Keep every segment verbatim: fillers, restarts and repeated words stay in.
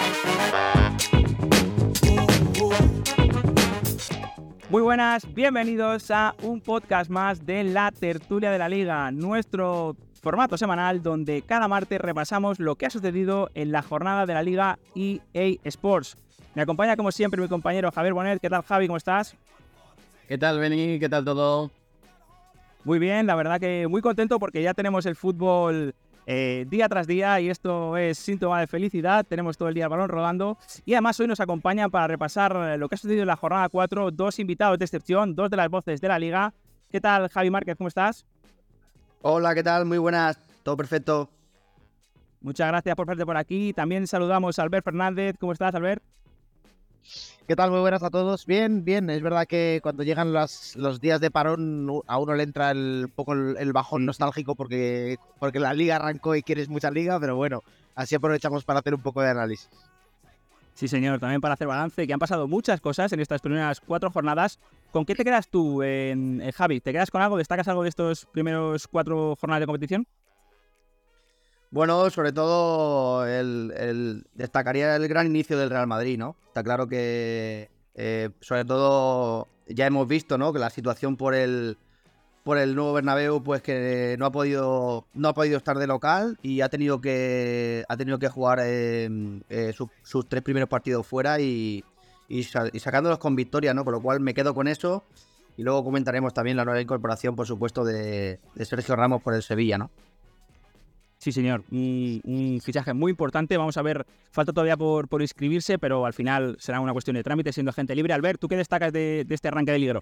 Muy buenas, bienvenidos a un podcast más de La Tertulia de la Liga, nuestro formato semanal donde cada martes repasamos lo que ha sucedido en la jornada de la Liga E A Sports. Me acompaña como siempre mi compañero Javier Bonet. ¿Qué tal, Javi? ¿Cómo estás? ¿Qué tal, Beni? ¿Qué tal todo? Muy bien, la verdad que muy contento porque ya tenemos el fútbol eh, día tras día y esto es síntoma de felicidad. Tenemos todo el día el balón rodando y además hoy nos acompañan para repasar lo que ha sucedido en la jornada cuatro dos invitados de excepción, dos de las voces de la Liga. ¿Qué tal, Javi Márquez? ¿Cómo estás? Hola, ¿qué tal? Muy buenas, todo perfecto. Muchas gracias por verte por aquí. También saludamos a Albert Fernández. ¿Cómo estás, Albert? ¿Qué tal? Muy buenas a todos. Bien, bien. Es verdad que cuando llegan las, los días de parón a uno le entra el, un poco el, el bajón nostálgico porque, porque la liga arrancó y quieres mucha liga, pero bueno, así aprovechamos para hacer un poco de análisis. Sí, señor, también para hacer balance, que han pasado muchas cosas en estas primeras cuatro jornadas. ¿Con qué te quedas tú, en, en Javi? ¿Te quedas con algo? ¿Destacas algo de estos primeros cuatro jornadas de competición? Bueno, sobre todo el, el, destacaría el gran inicio del Real Madrid, ¿no? Está claro que, eh, sobre todo, ya hemos visto, ¿no? Que la situación por el por el nuevo Bernabéu, pues que no ha podido no ha podido estar de local y ha tenido que ha tenido que jugar eh, eh, su, sus tres primeros partidos fuera y, y, sa- y sacándolos con victoria, ¿no? Con lo cual me quedo con eso y luego comentaremos también la nueva incorporación, por supuesto, de, de Sergio Ramos por el Sevilla, ¿no? Sí, señor, un, un fichaje muy importante. Vamos a ver, falta todavía por, por inscribirse, pero al final será una cuestión de trámite, siendo gente libre. Albert, ¿tú qué destacas de, de este arranque de Ligro?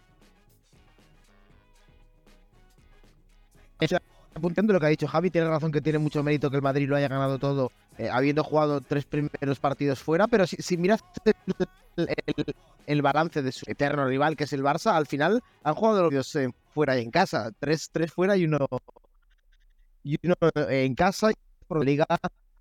Apuntando lo que ha dicho Javi, tiene razón que tiene mucho mérito que el Madrid lo haya ganado todo, eh, habiendo jugado tres primeros partidos fuera, pero si, si miras el, el, el balance de su eterno rival, que es el Barça, al final han jugado los dos eh, fuera y en casa. Tres, tres fuera y uno, y uno eh, en casa. Y por la Liga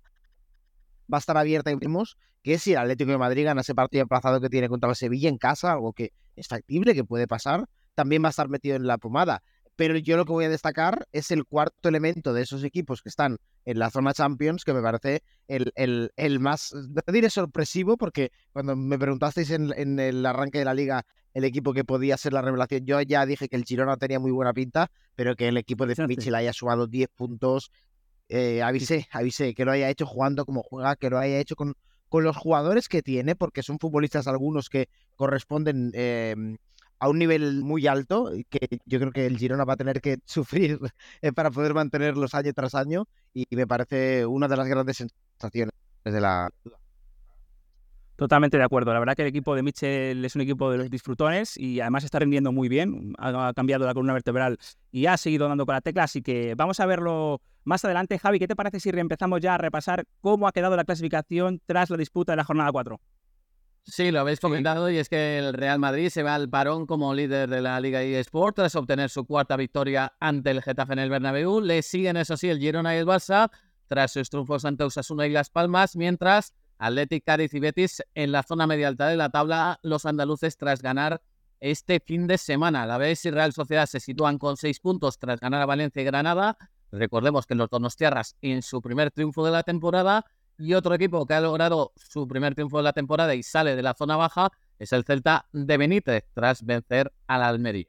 va a estar abierta y vemos que si el Atlético de Madrid gana ese partido aplazado que tiene contra el Sevilla en casa, algo que es factible, que puede pasar, también va a estar metido en la pomada. Pero yo lo que voy a destacar es el cuarto elemento de esos equipos que están en la zona Champions, que me parece el, el, el más, no diré sorpresivo, porque cuando me preguntasteis en, en el arranque de la Liga el equipo que podía ser la revelación, yo ya dije que el Girona tenía muy buena pinta, pero que el equipo de Michel haya sumado diez puntos, eh, avisé, avisé, que lo haya hecho jugando como juega, que lo haya hecho con, con los jugadores que tiene, porque son futbolistas algunos que corresponden eh, a un nivel muy alto, que yo creo que el Girona va a tener que sufrir eh, para poder mantenerlos año tras año, y me parece una de las grandes sensaciones de la... Totalmente de acuerdo. La verdad que el equipo de Michel es un equipo de los disfrutones y además está rindiendo muy bien. Ha cambiado la columna vertebral y ha seguido dando con la tecla, así que vamos a verlo más adelante. Javi, ¿qué te parece si empezamos ya a repasar cómo ha quedado la clasificación tras la disputa de la jornada cuatro? Sí, lo habéis comentado y es que el Real Madrid se va al parón como líder de la Liga E A Sports tras obtener su cuarta victoria ante el Getafe en el Bernabéu. Le siguen, eso sí, el Girona y el Barça tras sus triunfos ante Osasuna y Las Palmas, mientras Athletic, Cádiz y Betis en la zona media alta de la tabla, los andaluces tras ganar este fin de semana. La Betis y Real Sociedad se sitúan con seis puntos tras ganar a Valencia y Granada. Recordemos que los donostiarras en su primer triunfo de la temporada. Y otro equipo que ha logrado su primer triunfo de la temporada y sale de la zona baja es el Celta de Benítez, tras vencer al Almería.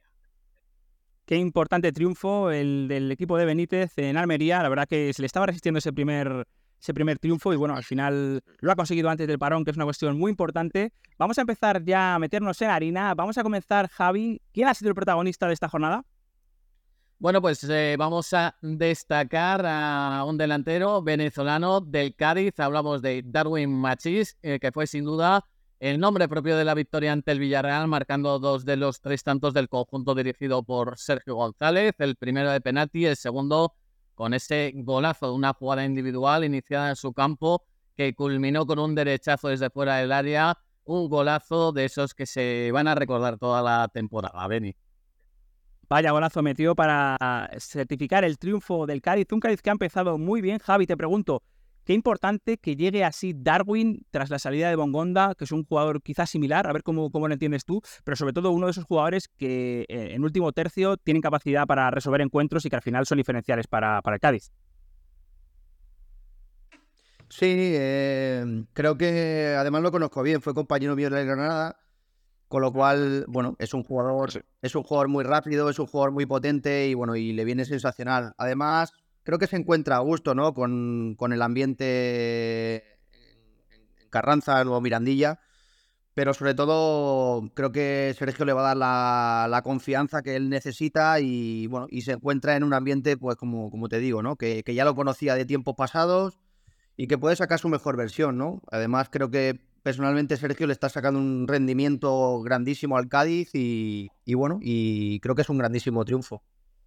Qué importante triunfo el del equipo de Benítez en Almería. La verdad que se le estaba resistiendo ese primer, ese primer triunfo y bueno, al final lo ha conseguido antes del parón, que es una cuestión muy importante. Vamos a empezar ya a meternos en harina. Vamos a comenzar, Javi. ¿Quién ha sido el protagonista de esta jornada? Bueno, pues eh, vamos a destacar a un delantero venezolano del Cádiz. Hablamos de Darwin Machís, eh, que fue sin duda el nombre propio de la victoria ante el Villarreal, marcando dos de los tres tantos del conjunto dirigido por Sergio González. El primero de penalti, el segundo con ese golazo de una jugada individual iniciada en su campo que culminó con un derechazo desde fuera del área. Un golazo de esos que se van a recordar toda la temporada, Beni. Vaya golazo metió para certificar el triunfo del Cádiz. Un Cádiz que ha empezado muy bien. Javi, te pregunto, qué importante que llegue así Darwin tras la salida de Bongonda, que es un jugador quizás similar, a ver cómo, cómo lo entiendes tú, pero sobre todo uno de esos jugadores que eh, en último tercio tienen capacidad para resolver encuentros y que al final son diferenciales para, para el Cádiz. Sí, eh, creo que además lo conozco bien, fue compañero mío de la Granada, con lo cual, bueno, es un jugador, Sí. es un jugador muy rápido, es un jugador muy potente y bueno, y le viene sensacional. Además, creo que se encuentra a gusto, ¿no? Con, con el ambiente en, en Carranza, o Mirandilla, pero sobre todo creo que Sergio le va a dar la, la confianza que él necesita y bueno, y se encuentra en un ambiente, pues como, como te digo, ¿no? Que, que ya lo conocía de tiempos pasados y que puede sacar su mejor versión, ¿no? Además, creo que personalmente Sergio le está sacando un rendimiento grandísimo al Cádiz y, y bueno, y creo que es un grandísimo triunfo.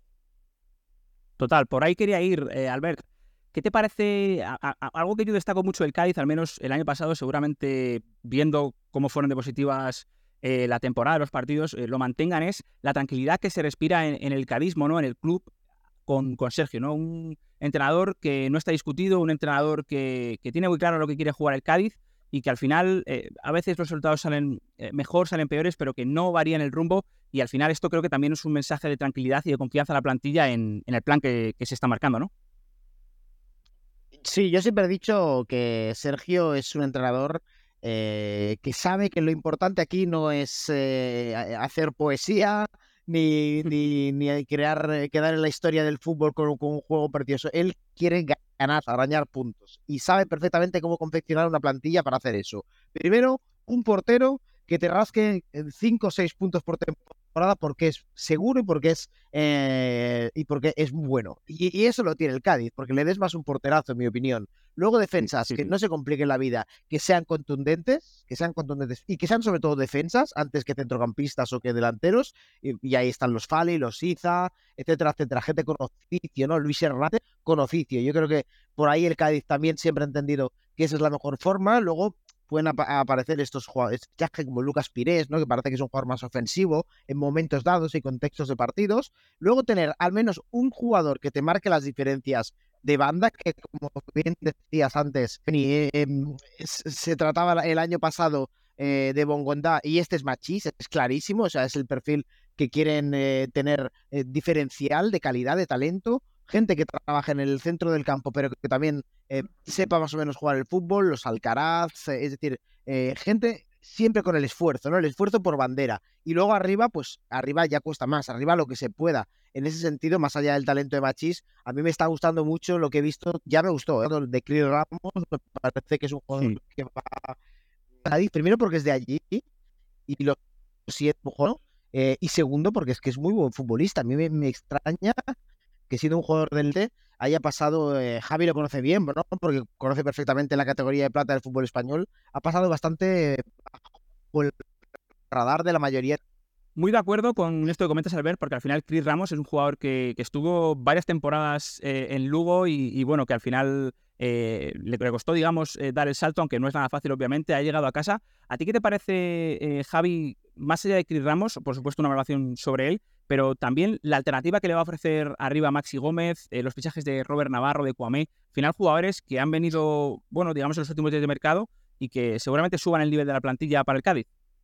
Total, por ahí quería ir, eh, Albert. ¿Qué te parece a- a- a- algo que yo destaco mucho del Cádiz, al menos el año pasado, seguramente viendo cómo fueron de positivas eh, la temporada, los partidos, eh, lo mantengan, es la tranquilidad que se respira en, en el cadismo, ¿no? En el club con, con Sergio, ¿no? Un entrenador que no está discutido, un entrenador que, que tiene muy claro lo que quiere jugar el Cádiz y que al final eh, a veces los resultados salen eh, mejor, salen peores, pero que no varían el rumbo y al final esto creo que también es un mensaje de tranquilidad y de confianza a la plantilla en, en el plan que, que se está marcando, ¿no? Sí, yo siempre he dicho que Sergio es un entrenador eh, que sabe que lo importante aquí no es eh, a- hacer poesía ni, ni, ni crear, eh, quedar en la historia del fútbol con, con un juego precioso. Él quiere ga- ganar, arañar puntos y sabe perfectamente cómo confeccionar una plantilla para hacer eso. Primero, un portero que te rasque cinco o seis puntos por temporada porque es seguro y porque es eh, y porque es muy bueno. Y, y eso lo tiene el Cádiz, porque le des más un porterazo, en mi opinión. Luego Sí, defensas, sí, que sí. no se compliquen la vida, que sean contundentes, que sean contundentes y que sean sobre todo defensas antes que centrocampistas o que delanteros. Y, y ahí están los Fali, los Iza, etcétera, etcétera. Gente con oficio, ¿no? Luis Herrate con oficio. Yo creo que por ahí el Cádiz también siempre ha entendido que esa es la mejor forma. Luego pueden ap aparecer estos jugadores como Lucas Pires, ¿no? Que parece que es un jugador más ofensivo en momentos dados y contextos de partidos. Luego tener al menos un jugador que te marque las diferencias de banda, que como bien decías antes, eh, eh, se trataba el año pasado eh, de Bongonda y este es Machís, es clarísimo, o sea, es el perfil que quieren eh, tener eh, diferencial de calidad, de talento, gente que trabaja en el centro del campo, pero que también eh, sepa más o menos jugar el fútbol, los Alcaraz, eh, es decir, eh, gente siempre con el esfuerzo, ¿no? El esfuerzo por bandera. Y luego arriba, pues arriba ya cuesta más, arriba lo que se pueda. En ese sentido, más allá del talento de Machís, a mí me está gustando mucho lo que he visto, ya me gustó, ¿eh? De Chris Ramos, me parece que es un jugador Sí. que va a Cádiz, primero porque es de allí y lo siento, ¿no? Eh, y segundo porque es que es muy buen futbolista. A mí me, me extraña que siendo un jugador del T haya pasado, eh, Javi lo conoce bien, ¿no? Porque conoce perfectamente la categoría de plata del fútbol español, ha pasado bastante por el radar de la mayoría. Muy de acuerdo con esto que comentas, Albert, porque al final Chris Ramos es un jugador que, que estuvo varias temporadas eh, en Lugo y, y, bueno, que al final eh, le, le costó, digamos, eh, dar el salto, aunque no es nada fácil, obviamente, ha llegado a casa. ¿A ti qué te parece, eh, Javi, más allá de Chris Ramos, por supuesto una valoración sobre él, pero también la alternativa que le va a ofrecer arriba Maxi Gómez, eh, los fichajes de Robert Navarro, de Cuamé, al final jugadores que han venido, bueno, digamos, en los últimos días de mercado y que seguramente suban el nivel de la plantilla para el Cádiz?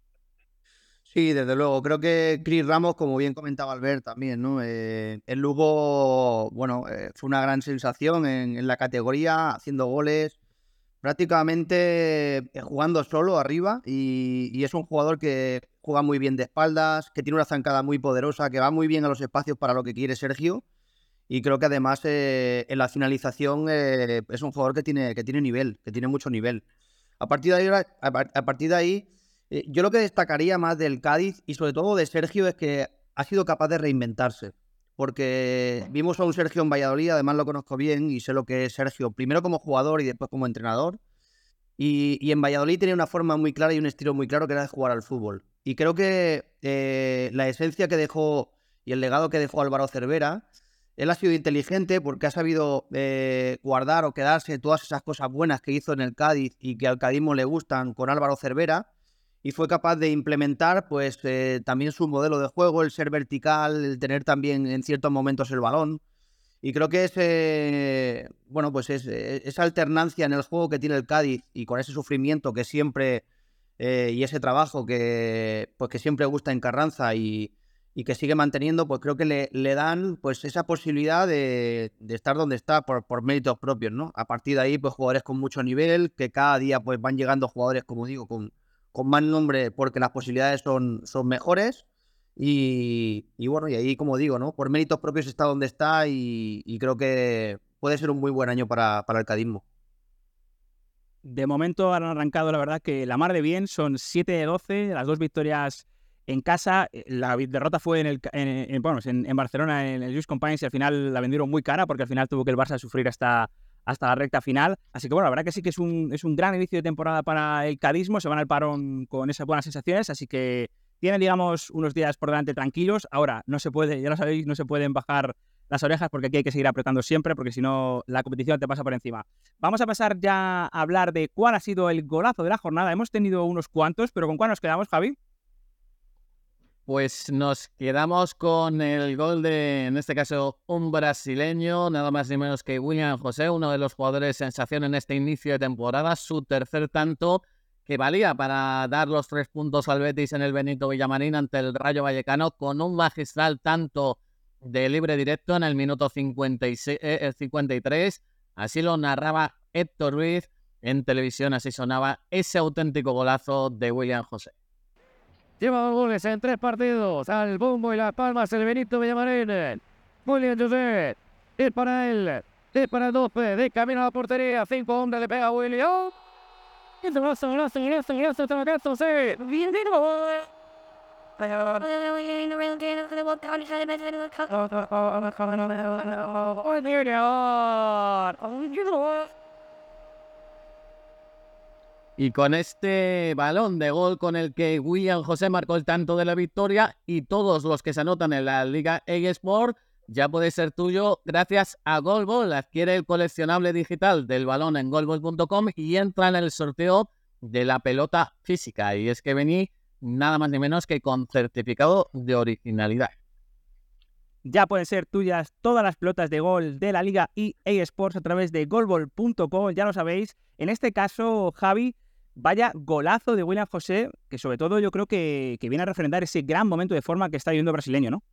Sí, desde luego. Creo que Chris Ramos, como bien comentaba Albert también, ¿no? Eh, el Lugo, bueno, eh, fue una gran sensación en, en la categoría, haciendo goles, prácticamente eh, jugando solo arriba y, y es un jugador que juega muy bien de espaldas, que tiene una zancada muy poderosa, que va muy bien a los espacios para lo que quiere Sergio y creo que además eh, en la finalización eh, es un jugador que tiene, que tiene nivel, que tiene mucho nivel. A partir de ahí, a, par- a partir de ahí eh, yo lo que destacaría más del Cádiz y sobre todo de Sergio es que ha sido capaz de reinventarse. Porque vimos a un Sergio en Valladolid, además lo conozco bien y sé lo que es Sergio, primero como jugador y después como entrenador. Y, y en Valladolid tenía una forma muy clara y un estilo muy claro que era de jugar al fútbol. Y creo que eh, la esencia que dejó y el legado que dejó Álvaro Cervera, él ha sido inteligente porque ha sabido eh, guardar o quedarse todas esas cosas buenas que hizo en el Cádiz y que al cadismo le gustan con Álvaro Cervera y fue capaz de implementar pues eh, también su modelo de juego, el ser vertical, el tener también en ciertos momentos el balón. Y creo que ese, bueno, pues es, esa alternancia en el juego que tiene el Cádiz y con ese sufrimiento que siempre eh, y ese trabajo que, pues que siempre gusta en Carranza y, y que sigue manteniendo, pues creo que le, le dan pues esa posibilidad de, de estar donde está por, por méritos propios, ¿no? A partir de ahí, pues jugadores con mucho nivel, que cada día pues van llegando jugadores, como digo, con, con más nombre porque las posibilidades son, son mejores. Y, y bueno, y ahí, como digo, ¿no? Por méritos propios está donde está y, y creo que puede ser un muy buen año para, para el cadismo. De momento han arrancado, la verdad, que la mar de bien, son siete de doce, las dos victorias en casa. La derrota fue en, el, en, en, bueno, en, en Barcelona, en el Just Companies, y al final la vendieron muy cara porque al final tuvo que el Barça sufrir hasta, hasta la recta final. Así que bueno, la verdad que sí que es un, es un gran inicio de temporada para el cadismo, se van al parón con esas buenas sensaciones, así que tienen, digamos, unos días por delante tranquilos. Ahora, no se puede, ya lo sabéis, no se pueden bajar las orejas porque aquí hay que seguir apretando siempre, porque si no la competición te pasa por encima. Vamos a pasar ya a hablar de cuál ha sido el golazo de la jornada. Hemos tenido unos cuantos, pero ¿con cuál nos quedamos, Javi? Pues nos quedamos con el gol de, en este caso, un brasileño, nada más ni menos que William José, uno de los jugadores sensación en este inicio de temporada, su tercer tanto, que valía para dar los tres puntos al Betis en el Benito Villamarín ante el Rayo Vallecano, con un magistral tanto de libre directo en el minuto cincuenta y seis, eh, cincuenta y tres. Así lo narraba Héctor Ruiz en televisión, así sonaba ese auténtico golazo de William José. Lleva dos goles en tres partidos, al bombo y las palmas el Benito Villamarín. William José, es para él, es para el doce, de camino a la portería, cinco hombres le pega a William. Y se va, se va, se va, se va, se va, se va, bien, bien, y con este balón de gol con el que William José marcó el tanto de la victoria, y todos los que se anotan en la Liga eSport ya puede ser tuyo gracias a Goalball. Adquiere el coleccionable digital del balón en goalball punto com y entra en el sorteo de la pelota física. Y es que vení nada más ni menos que con certificado de originalidad. Ya pueden ser tuyas todas las pelotas de gol de la Liga E A Sports a través de goalball punto com, ya lo sabéis. En este caso, Javi, vaya golazo de William José, que sobre todo yo creo que, que viene a refrendar ese gran momento de forma que está viviendo el brasileño, ¿no?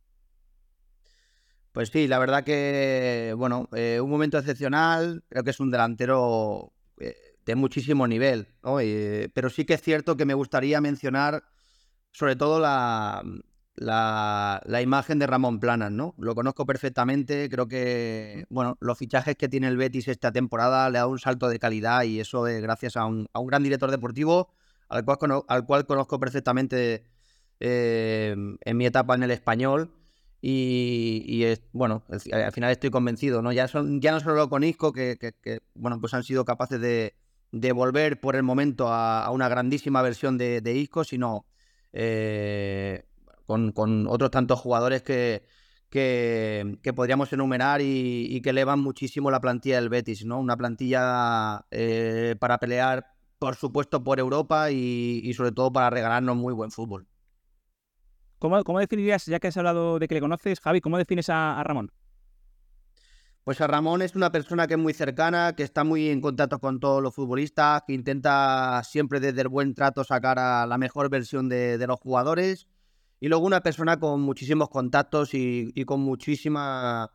Pues sí, la verdad que, bueno, eh, un momento excepcional, creo que es un delantero eh, de muchísimo nivel, ¿no? Eh, pero sí que es cierto que me gustaría mencionar sobre todo la, la, la imagen de Ramón Planas, ¿no? Lo conozco perfectamente, creo que, bueno, los fichajes que tiene el Betis esta temporada le ha dado un salto de calidad y eso es gracias a un, a un gran director deportivo al cual, al cual conozco perfectamente eh, en mi etapa en el Español. Y, y es, bueno, al final estoy convencido, ¿no? Ya, son, ya no solo con Isco, que, que, que bueno, pues han sido capaces de, de volver por el momento a, a una grandísima versión de, de Isco, sino eh, con, con otros tantos jugadores que, que, que podríamos enumerar y, y que elevan muchísimo la plantilla del Betis, ¿no? Una plantilla eh, para pelear, por supuesto, por Europa y, y sobre todo para regalarnos muy buen fútbol. ¿Cómo, ¿Cómo definirías, ya que has hablado de que le conoces, Javi, cómo defines a, a Ramón? Pues a Ramón es una persona que es muy cercana, que está muy en contacto con todos los futbolistas, que intenta siempre desde el buen trato sacar a la mejor versión de, de los jugadores. Y luego una persona con muchísimos contactos y, y con muchísima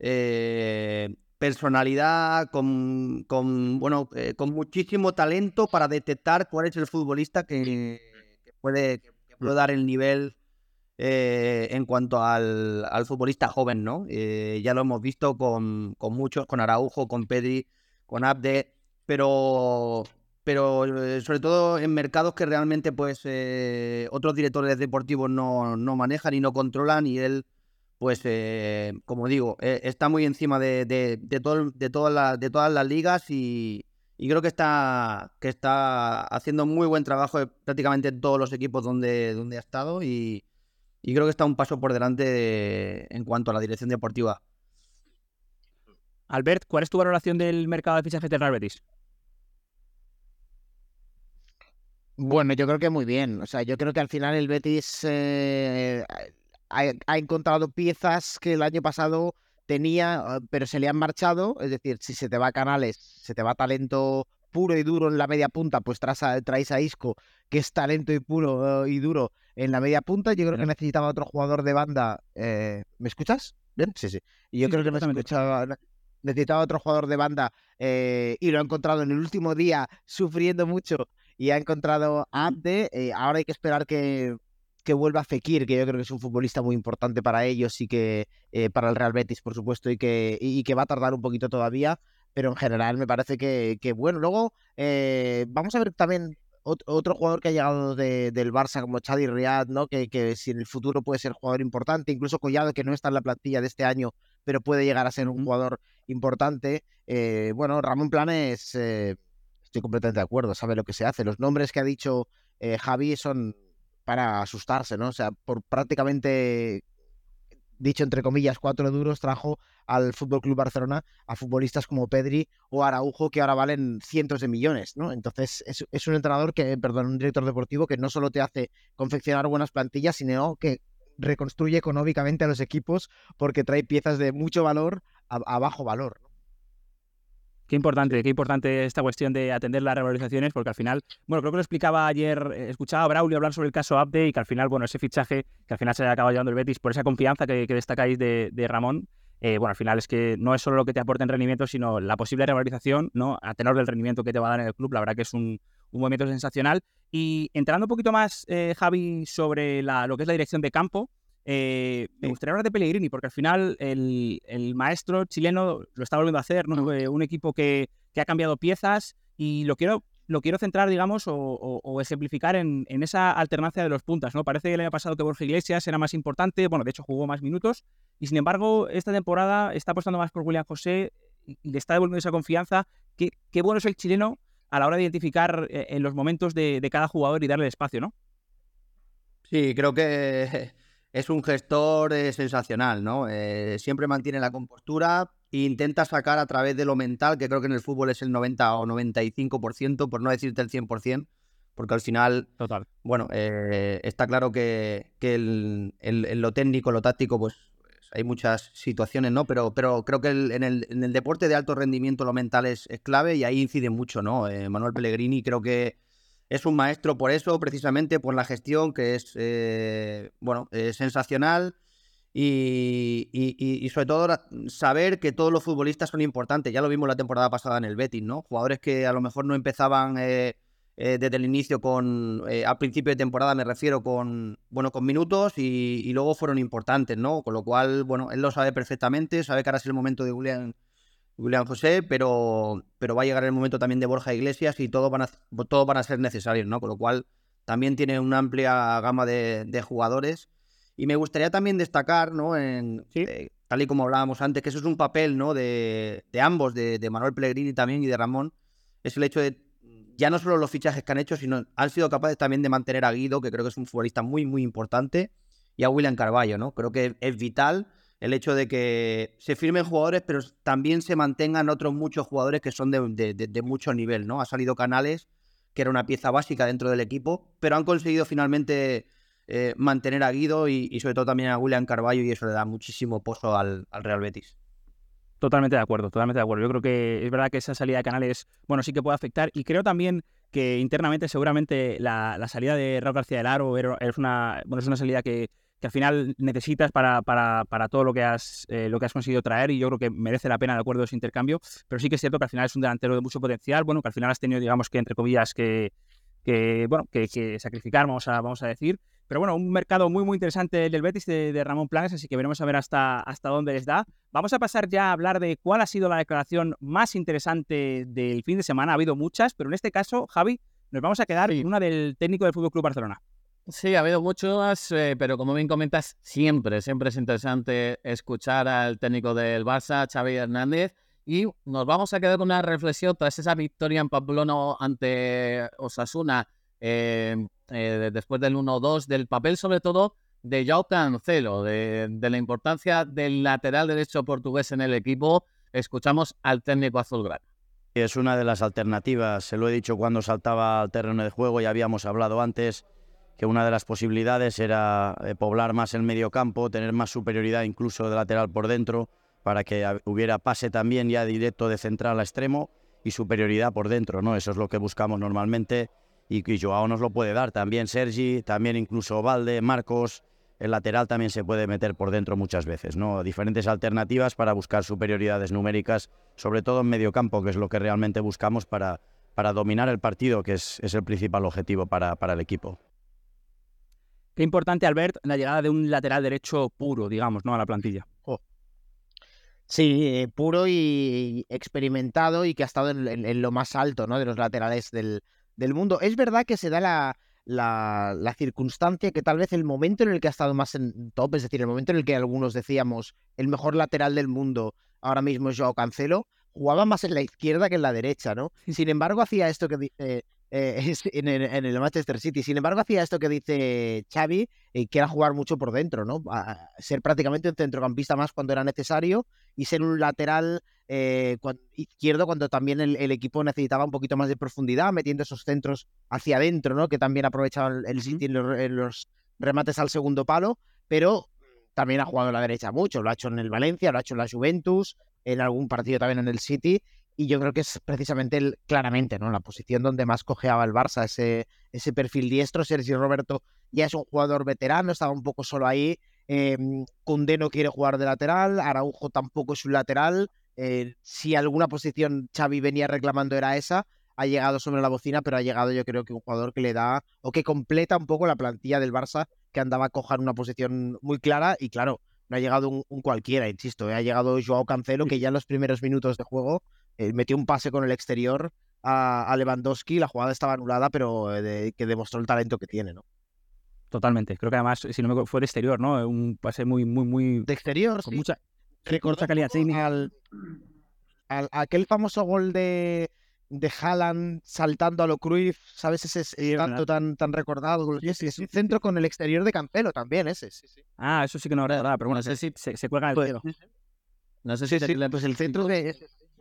eh, personalidad, con, con, bueno, eh, con muchísimo talento para detectar cuál es el futbolista que, que, puede, que puede dar el nivel Eh, en cuanto al, al futbolista joven, ¿no? Eh, ya lo hemos visto con, con muchos, con Araujo, con Pedri, con Abde, pero, pero eh, sobre todo en mercados que realmente pues eh, otros directores deportivos no, no manejan y no controlan, y él, pues, eh, como digo, eh, está muy encima de, de, de, todo, de, todas las, de todas las ligas y, y creo que está, que está haciendo muy buen trabajo prácticamente en todos los equipos donde, donde ha estado y Y creo que está un paso por delante de, en cuanto a la dirección deportiva. Albert, ¿cuál es tu valoración del mercado de fichajes del Real Betis? Bueno, yo creo que muy bien. O sea, yo creo que al final el Betis eh, ha, ha encontrado piezas que el año pasado tenía, pero se le han marchado. Es decir, si se te va Canales, se te va talento puro y duro en la media punta, pues traes a, traes a Isco, que es talento y puro uh, y duro en la media punta. Yo creo que necesitaba otro jugador de banda. Eh, ¿Me escuchas? ¿Bien? Sí, sí. Y yo Sí, creo sí, que me escuchaba, necesitaba otro jugador de banda eh, y lo ha encontrado en el último día sufriendo mucho y ha encontrado a Abde. Eh, ahora hay que esperar que, que vuelva Fekir, que yo creo que es un futbolista muy importante para ellos y que eh, para el Real Betis, por supuesto, y que, y que va a tardar un poquito todavía, pero en general me parece que, que bueno. Luego eh, vamos a ver también otro jugador que ha llegado de, del Barça como Chadi Riad, ¿no? Que, que si en el futuro puede ser jugador importante, incluso Collado, que no está en la plantilla de este año, pero puede llegar a ser un jugador importante. Eh, bueno, Ramón Planes, eh, estoy completamente de acuerdo, sabe lo que se hace. Los nombres que ha dicho eh, Javi son para asustarse, ¿no? O sea, por prácticamente, dicho entre comillas, cuatro duros, trajo al F C Barcelona a futbolistas como Pedri o Araujo, que ahora valen cientos de millones, ¿no? Entonces es, es un entrenador que, perdón, un director deportivo que no solo te hace confeccionar buenas plantillas, sino que reconstruye económicamente a los equipos porque trae piezas de mucho valor a, a bajo valor, ¿no? Qué importante, qué importante esta cuestión de atender las revalorizaciones, porque al final, bueno, creo que lo explicaba ayer, eh, escuchaba a Braulio hablar sobre el caso Abde y que al final, bueno, ese fichaje que al final se haya acabado llevando el Betis por esa confianza que, que destacáis de, de Ramón, eh, bueno, al final es que no es solo lo que te aporta en rendimiento, sino la posible revalorización, ¿no? A tenor del rendimiento que te va a dar en el club, la verdad que es un, un movimiento sensacional. Y entrando un poquito más, eh, Javi, sobre la, lo que es la dirección de campo, Eh, me gustaría hablar de Pellegrini, porque al final el, el maestro chileno lo está volviendo a hacer, ¿no? Eh, un equipo que, que ha cambiado piezas y lo quiero, lo quiero centrar, digamos, o, o, o ejemplificar en, en esa alternancia de los puntas, ¿no? Parece que el año pasado que Borja Iglesias era más importante, bueno, de hecho jugó más minutos, y sin embargo esta temporada está apostando más por William José y, y le está devolviendo esa confianza. Qué, qué bueno es el chileno a la hora de identificar eh, en los momentos de, de cada jugador y darle espacio, ¿no? Sí, creo que es un gestor eh, sensacional, ¿no? Eh, siempre mantiene la compostura e intenta sacar a través de lo mental, que creo que en el fútbol es el noventa o noventa y cinco por ciento, por no decirte el cien por ciento, porque al final, Total. bueno, eh, está claro que, que el, el, en lo técnico, lo táctico, pues hay muchas situaciones, ¿no? Pero, pero creo que el, en, el, en el deporte de alto rendimiento lo mental es, es clave y ahí incide mucho, ¿no? Eh, Manuel Pellegrini creo que es un maestro por eso, precisamente por la gestión, que es, eh, bueno, eh, sensacional y, y, y sobre todo saber que todos los futbolistas son importantes. Ya lo vimos la temporada pasada en el Betis, ¿no? Jugadores que a lo mejor no empezaban eh, eh, desde el inicio con, eh, al principio de temporada me refiero con, bueno, con minutos y, y luego fueron importantes, ¿no? Con lo cual, bueno, él lo sabe perfectamente, sabe que ahora es el momento de William William José, pero, pero va a llegar el momento también de Borja Iglesias y todos van a, todos van a ser necesarios, ¿no? Con lo cual también tiene una amplia gama de, de jugadores. Y me gustaría también destacar, ¿no? En, ¿Sí? eh, tal y como hablábamos antes, que eso es un papel, ¿no? De, de ambos, de, de Manuel Pellegrini también y de Ramón, es el hecho de ya no solo los fichajes que han hecho, sino han sido capaces también de mantener a Guido, que creo que es un futbolista muy, muy importante, y a William Carvalho, ¿no? Creo que es vital el hecho de que se firmen jugadores, pero también se mantengan otros muchos jugadores que son de, de, de, de mucho nivel, ¿no? Ha salido Canales, que era una pieza básica dentro del equipo, pero han conseguido finalmente eh, mantener a Guido y, y sobre todo también a William Carvalho, y eso le da muchísimo pozo al, al Real Betis. Totalmente de acuerdo, totalmente de acuerdo. Yo creo que es verdad que esa salida de Canales, bueno, sí que puede afectar, y creo también que internamente seguramente la, la salida de Raúl García del Aro es una, bueno, es una salida que, que al final necesitas para, para, para todo lo que has eh, lo que has conseguido traer, y yo creo que merece la pena de acuerdo ese intercambio, pero sí que es cierto que al final es un delantero de mucho potencial, bueno, que al final has tenido, digamos, que entre comillas que, que bueno, que, que sacrificar, vamos a, vamos a decir. Pero bueno, un mercado muy, muy interesante el del Betis de, de Ramón Planes, así que veremos a ver hasta, hasta dónde les da. Vamos a pasar ya a hablar de cuál ha sido la declaración más interesante del fin de semana. Ha habido muchas, pero en este caso, Javi, nos vamos a quedar Sí. con una del técnico del F C Barcelona. Sí, ha habido muchas, eh, pero como bien comentas, siempre, siempre es interesante escuchar al técnico del Barça, Xavi Hernández, y nos vamos a quedar con una reflexión tras esa victoria en Pamplona ante Osasuna, eh, eh, después del uno dos, del papel sobre todo de Joao Cancelo, de, de la importancia del lateral derecho portugués en el equipo. Escuchamos al técnico azulgrana. Es una de las alternativas, se lo he dicho cuando saltaba al terreno de juego, ya habíamos hablado antes que una de las posibilidades era eh, poblar más el mediocampo, tener más superioridad incluso de lateral por dentro, para que hubiera pase también ya directo de central a extremo, y superioridad por dentro, ¿no? Eso es lo que buscamos normalmente y, y Joao nos lo puede dar. También Sergi, también incluso Valde, Marcos, el lateral también se puede meter por dentro muchas veces, ¿no? Diferentes alternativas para buscar superioridades numéricas, sobre todo en medio campo, que es lo que realmente buscamos para, para dominar el partido, que es, es el principal objetivo para, para el equipo. Qué importante, Albert, la llegada de un lateral derecho puro, digamos, ¿no? A la plantilla. Oh. Sí, eh, puro y experimentado y que ha estado en, en, en lo más alto, ¿no? De los laterales del, del mundo. Es verdad que se da la, la, la circunstancia que tal vez el momento en el que ha estado más en top, es decir, el momento en el que algunos decíamos el mejor lateral del mundo ahora mismo es Joao Cancelo, jugaba más en la izquierda que en la derecha, ¿no? Sin embargo, hacía esto que dice eh, en, el, en el Manchester City, sin embargo, hacía esto que dice Xavi, eh, que era jugar mucho por dentro, ¿no? A ser prácticamente un centrocampista más cuando era necesario y ser un lateral eh, cuando, izquierdo cuando también el, el equipo necesitaba un poquito más de profundidad, metiendo esos centros hacia adentro, ¿no? Que también aprovechaba el, el City en los, en los remates al segundo palo, pero también ha jugado a la derecha mucho, lo ha hecho en el Valencia, lo ha hecho en la Juventus, en algún partido también en el City, y yo creo que es precisamente el, claramente, ¿no? La posición donde más cojeaba el Barça, ese, ese perfil diestro. Sergio Roberto ya es un jugador veterano, estaba un poco solo ahí. Eh, Koundé no quiere jugar de lateral, Araujo tampoco es un lateral. Eh, si alguna posición Xavi venía reclamando era esa, ha llegado sobre la bocina, pero ha llegado yo creo que un jugador que le da, o que completa un poco la plantilla del Barça, que andaba a cojar una posición muy clara, y claro, no ha llegado un, un cualquiera, insisto, ¿eh? Ha llegado Joao Cancelo, que ya en los primeros minutos de juego eh, metió un pase con el exterior a, a Lewandowski, la jugada estaba anulada, pero eh, de, que demostró el talento que tiene, ¿no? Totalmente, creo que además, si no me acuerdo, fue de exterior, ¿no? Un pase muy, muy, muy... De exterior, con sí. mucha, Recordó mucha calidad técnica. Al, al, aquel famoso gol de, de Haaland saltando a lo Cruyff, ¿sabes? Ese es tanto tan, tan recordado. Sí, sí, es un centro con el exterior de Cancelo también, ese. Sí, sí. Ah, eso sí que no lo recordaba, pero bueno, No sé se, si- se, se cuelga en el Pues, cielo. No sé sí, si sí, le- pues el centro de...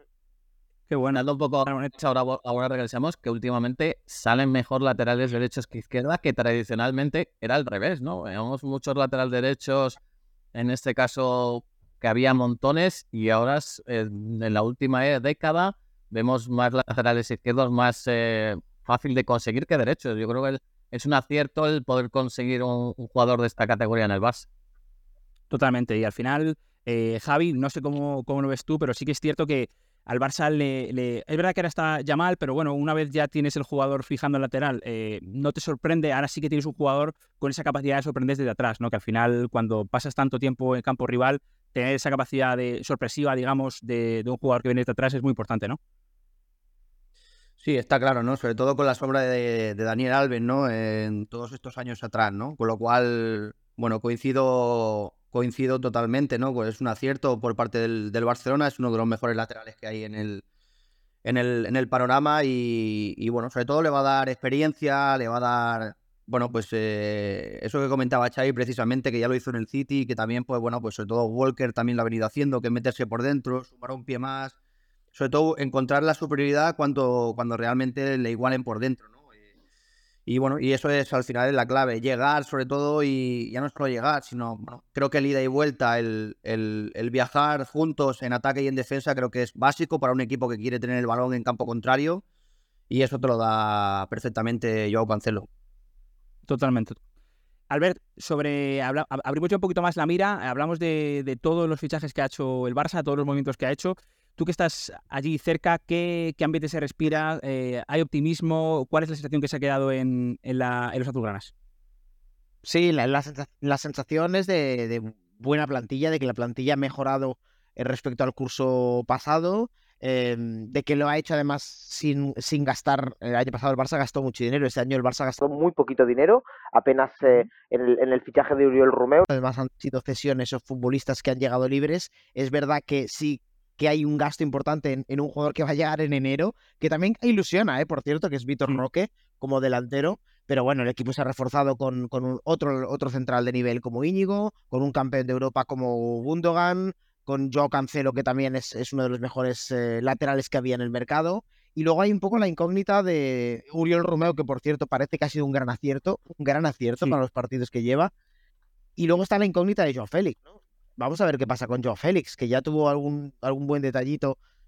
Qué bueno. Dando un poco ahora, ahora regresamos, que últimamente salen mejor laterales derechos que izquierda, que tradicionalmente era al revés, ¿no? Veíamos muchos laterales derechos, en este caso que había montones, y ahora eh, en la última década vemos más laterales izquierdos más eh, fácil de conseguir que derechos. Yo creo que es un acierto el poder conseguir un, un jugador de esta categoría en el Barça. Totalmente. Y al final, eh, Javi, no sé cómo, cómo lo ves tú, pero sí que es cierto que al Barça le, le... Es verdad que ahora está Yamal, pero bueno, una vez ya tienes el jugador fijando el lateral, eh, no te sorprende, ahora sí que tienes un jugador con esa capacidad de sorprender desde atrás, ¿no? Que al final, cuando pasas tanto tiempo en campo rival, tener esa capacidad de sorpresiva, digamos, de, de un jugador que viene desde atrás es muy importante, ¿no? Sí, está claro, ¿no? Sobre todo con la sombra de, de Daniel Alves, ¿no? En todos estos años atrás, ¿no? Con lo cual, bueno, coincido coincido totalmente, ¿no? Pues es un acierto por parte del, del Barcelona, es uno de los mejores laterales que hay en el, en el, en el panorama y, y, bueno, sobre todo le va a dar experiencia, le va a dar, bueno, pues eh, eso que comentaba Xavi precisamente, que ya lo hizo en el City, que también, pues bueno, pues sobre todo Walker también lo ha venido haciendo, que es meterse por dentro, sumar un pie más, sobre todo encontrar la superioridad cuando, cuando realmente le igualen por dentro, ¿no? Y bueno, y eso es al final es la clave, llegar sobre todo, y ya no solo llegar, sino, bueno, creo que el ida y vuelta, el, el, el viajar juntos en ataque y en defensa, creo que es básico para un equipo que quiere tener el balón en campo contrario, y eso te lo da perfectamente Joao Cancelo. Totalmente. Albert, sobre habla, abrimos ya un poquito más la mira, hablamos de, de todos los fichajes que ha hecho el Barça, todos los movimientos que ha hecho. Tú que estás allí cerca, ¿qué, qué ambiente se respira? Eh, ¿Hay optimismo? ¿Cuál es la sensación que se ha quedado en, en, la, en los azulgranas? Sí, la, la, la sensación es de, de buena plantilla, de que la plantilla ha mejorado respecto al curso pasado, eh, de que lo ha hecho además sin, sin gastar. El año pasado el Barça gastó mucho dinero, este año el Barça gastó muy poquito dinero, apenas eh, en, el, en el fichaje de Oriol Romeu. Además han sido cesiones o futbolistas que han llegado libres. Es verdad que sí que hay un gasto importante en, en un jugador que va a llegar en enero, que también ilusiona, ¿eh? Por cierto, que es Vitor Roque como delantero. Pero bueno, el equipo se ha reforzado con, con un otro, otro central de nivel como Íñigo, con un campeón de Europa como Gundogan, con Joao Cancelo, que también es, es uno de los mejores eh, laterales que había en el mercado. Y luego hay un poco la incógnita de Oriol Romeu, que por cierto parece que ha sido un gran acierto, un gran acierto sí. para los partidos que lleva. Y luego está la incógnita de Joao Félix, ¿no? Vamos a ver qué pasa con Joao Félix, que ya tuvo algún, algún buen detallito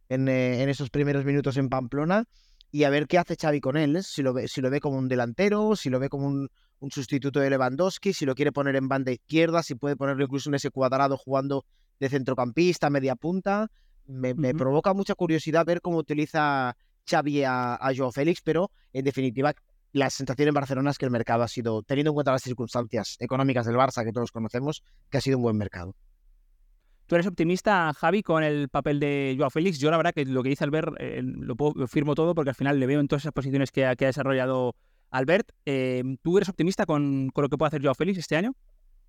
en, eh, en esos primeros minutos en Pamplona, y a ver qué hace Xavi con él, ¿eh? Si lo ve, si lo ve como un delantero, si lo ve como un, un sustituto de Lewandowski, si lo quiere poner en banda izquierda, si puede ponerlo incluso en ese cuadrado jugando de centrocampista, media punta. Me, me Ujú. provoca mucha curiosidad ver cómo utiliza Xavi a, a Joao Félix, pero en definitiva la sensación en Barcelona es que el mercado ha sido, teniendo en cuenta las circunstancias económicas del Barça que todos conocemos, que ha sido un buen mercado. ¿Tú eres optimista, Javi, con el papel de Joao Félix? Yo la verdad que lo que dice Albert eh, lo, puedo, lo firmo todo porque al final le veo en todas esas posiciones que ha, que ha desarrollado Albert. Eh, ¿Tú eres optimista con, con lo que puede hacer Joao Félix este año?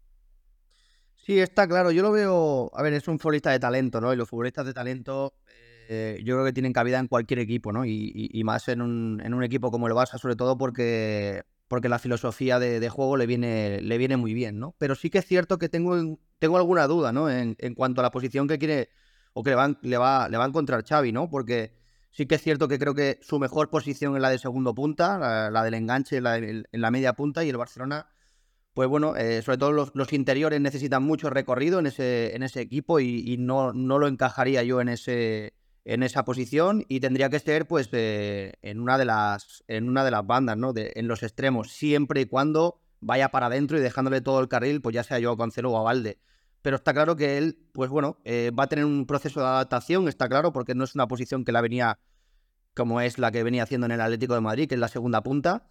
Sí, está claro. Yo lo veo. A ver, es un futbolista de talento, ¿no? Y los futbolistas de talento, eh, yo creo que tienen cabida en cualquier equipo, ¿no? Y, y- y más en un, en un equipo como el Barça, sobre todo porque, porque la filosofía de, de juego le viene, le viene muy bien, ¿no? Pero sí que es cierto que tengo, en- tengo alguna duda, ¿no? En, en cuanto a la posición que quiere o que le va, le va, le va a encontrar Xavi, ¿no? Porque sí que es cierto que creo que su mejor posición es la de segundo punta, la, la del enganche, la de- en la media punta, y el Barcelona. Pues bueno, eh, sobre todo los, los interiores necesitan mucho recorrido en ese, en ese equipo y, y no, no lo encajaría yo en ese, en esa posición y tendría que ser pues eh, en una de las en una de las bandas, ¿no? De, en los extremos, siempre y cuando vaya para adentro y dejándole todo el carril, pues ya sea yo a Cancelo o a Valde. Pero está claro que él, pues bueno, eh, va a tener un proceso de adaptación, está claro, porque no es una posición que la venía como es la que venía haciendo en el Atlético de Madrid, que es la segunda punta.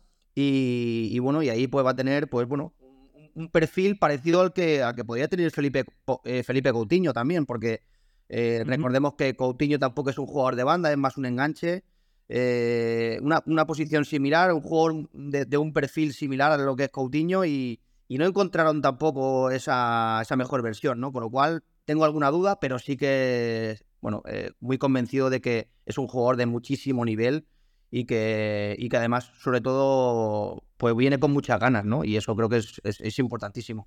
Y, y bueno, y ahí pues va a tener, pues bueno, un, un perfil parecido al que, al que podría tener Felipe, Po- eh, Felipe Coutinho también, porque eh, Ujú. recordemos que Coutinho tampoco es un jugador de banda, es más un enganche. eh, una, una posición similar, un jugador de, de un perfil similar a lo que es Coutinho y, y no encontraron tampoco esa, esa mejor versión, ¿no? Con lo cual tengo alguna duda, pero sí que, bueno, eh, muy convencido de que es un jugador de muchísimo nivel y que, y que además, sobre todo, pues viene con muchas ganas, ¿no? Y eso creo que es, es, es importantísimo.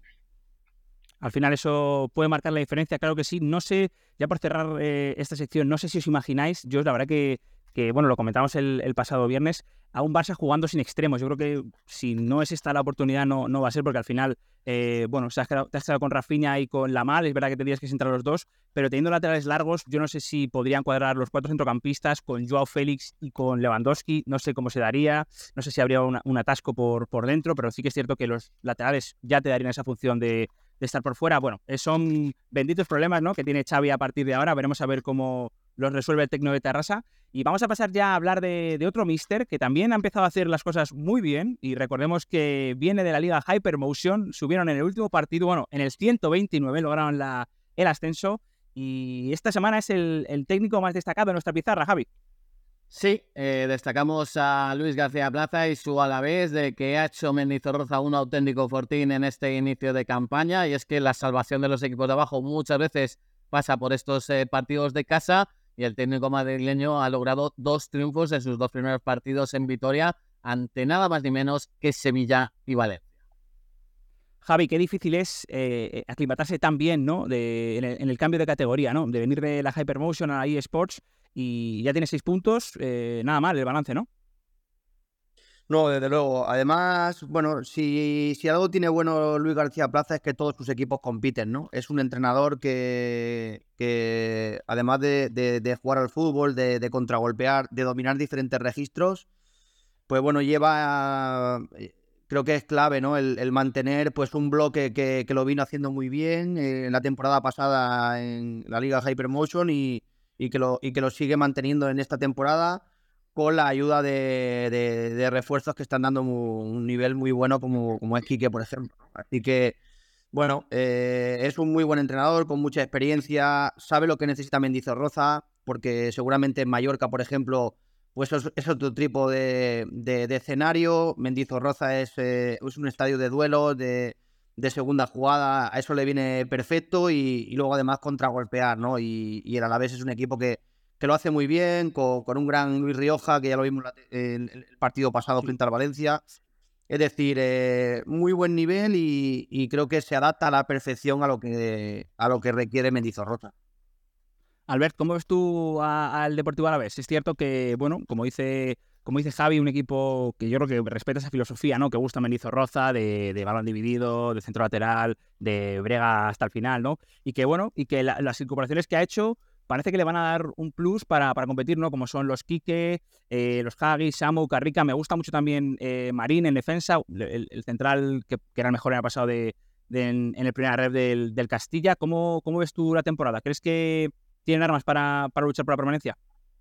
Al final eso puede marcar la diferencia, claro que sí. No sé, ya por cerrar eh, esta sección, no sé si os imagináis, yo la verdad que, que bueno, lo comentamos el, el pasado viernes, a un Barça jugando sin extremos. Yo creo que si no es esta la oportunidad no, no va a ser porque al final, eh, bueno, se has quedado- te has quedado con Rafinha y con Lamar, es verdad que tendrías que centrar los dos, pero teniendo laterales largos, yo no sé si podrían cuadrar los cuatro centrocampistas con Joao Félix y con Lewandowski, no sé cómo se daría, no sé si habría una- un atasco por, por dentro, pero sí que es cierto que los laterales ya te darían esa función de de estar por fuera. Bueno, eh, son benditos problemas, ¿no?, que tiene Xavi a partir de ahora. Veremos a ver cómo los resuelve el técnico de Tarrasa. Y vamos a pasar ya a hablar de, de otro míster que también ha empezado a hacer las cosas muy bien. Y recordemos que viene de la liga Hypermotion. Subieron en el último partido, bueno, en el ciento veintinueve lograron la, el ascenso. Y esta semana es el, el técnico más destacado en nuestra pizarra, Javi. Sí, eh, destacamos a Luis García Plaza y su Alavés de que ha hecho Mendizorroza un auténtico fortín en este inicio de campaña, y es que la salvación de los equipos de abajo muchas veces pasa por estos eh, partidos de casa, y el técnico madrileño ha logrado dos triunfos en sus dos primeros partidos en Vitoria ante nada más ni menos que Sevilla y Valencia. Javi, qué difícil es eh, aclimatarse tan bien, ¿no?, de, en, el, en el cambio de categoría, ¿no? De venir de la Hypermotion a la eSports y ya tiene seis puntos, eh, nada mal el balance, ¿no? No, desde luego. Además, bueno, si, si algo tiene bueno Luis García Plaza es que todos sus equipos compiten, ¿no? Es un entrenador que, que además de, de- de jugar al fútbol, de, de contragolpear, de dominar diferentes registros, pues bueno, lleva, eh, creo que es clave, ¿no? El, el mantener pues un bloque que, que lo vino haciendo muy bien eh, en la temporada pasada en la Liga Hypermotion y, y, que lo, y que lo sigue manteniendo en esta temporada con la ayuda de, de- de refuerzos que están dando mu- un nivel muy bueno como, como es Quique, por ejemplo. Así que, bueno, eh, es un muy buen entrenador con mucha experiencia, sabe lo que necesita Mendizorroza, porque seguramente en Mallorca, por ejemplo, pues es, es otro tipo de, de- de escenario. Mendizorroza es, eh, es un estadio de duelo, de, de segunda jugada, a eso le viene perfecto y, y luego además contragolpear, ¿no? Y, y el Alavés es un equipo que, que lo hace muy bien, con, con un gran Luis Rioja, que ya lo vimos la- en el partido pasado Sí. frente al Valencia. Es decir, eh, muy buen nivel y, y creo que se adapta a la perfección a lo que, a lo que requiere Mendizorroza. Albert, ¿cómo ves tú a- al Deportivo Alavés? Es cierto que, bueno, como dice, como dice Javi, un equipo que yo creo que respeta esa filosofía, ¿no?, que gusta Mendizorroza, de, de balón dividido, de centro lateral, de brega hasta el final, ¿no? Y que, bueno, y que la- las incorporaciones que ha hecho parece que le van a dar un plus para, para competir, ¿no? Como son los Quique, eh, los Hagi, Samu, Carrica. Me gusta mucho también eh, Marín en defensa, el, el central que, que era el mejor en el pasado de, de en, en el primer red del, del Castilla. ¿Cómo, ¿Cómo ves tú la temporada? ¿Crees que tienen armas para, para luchar por la permanencia?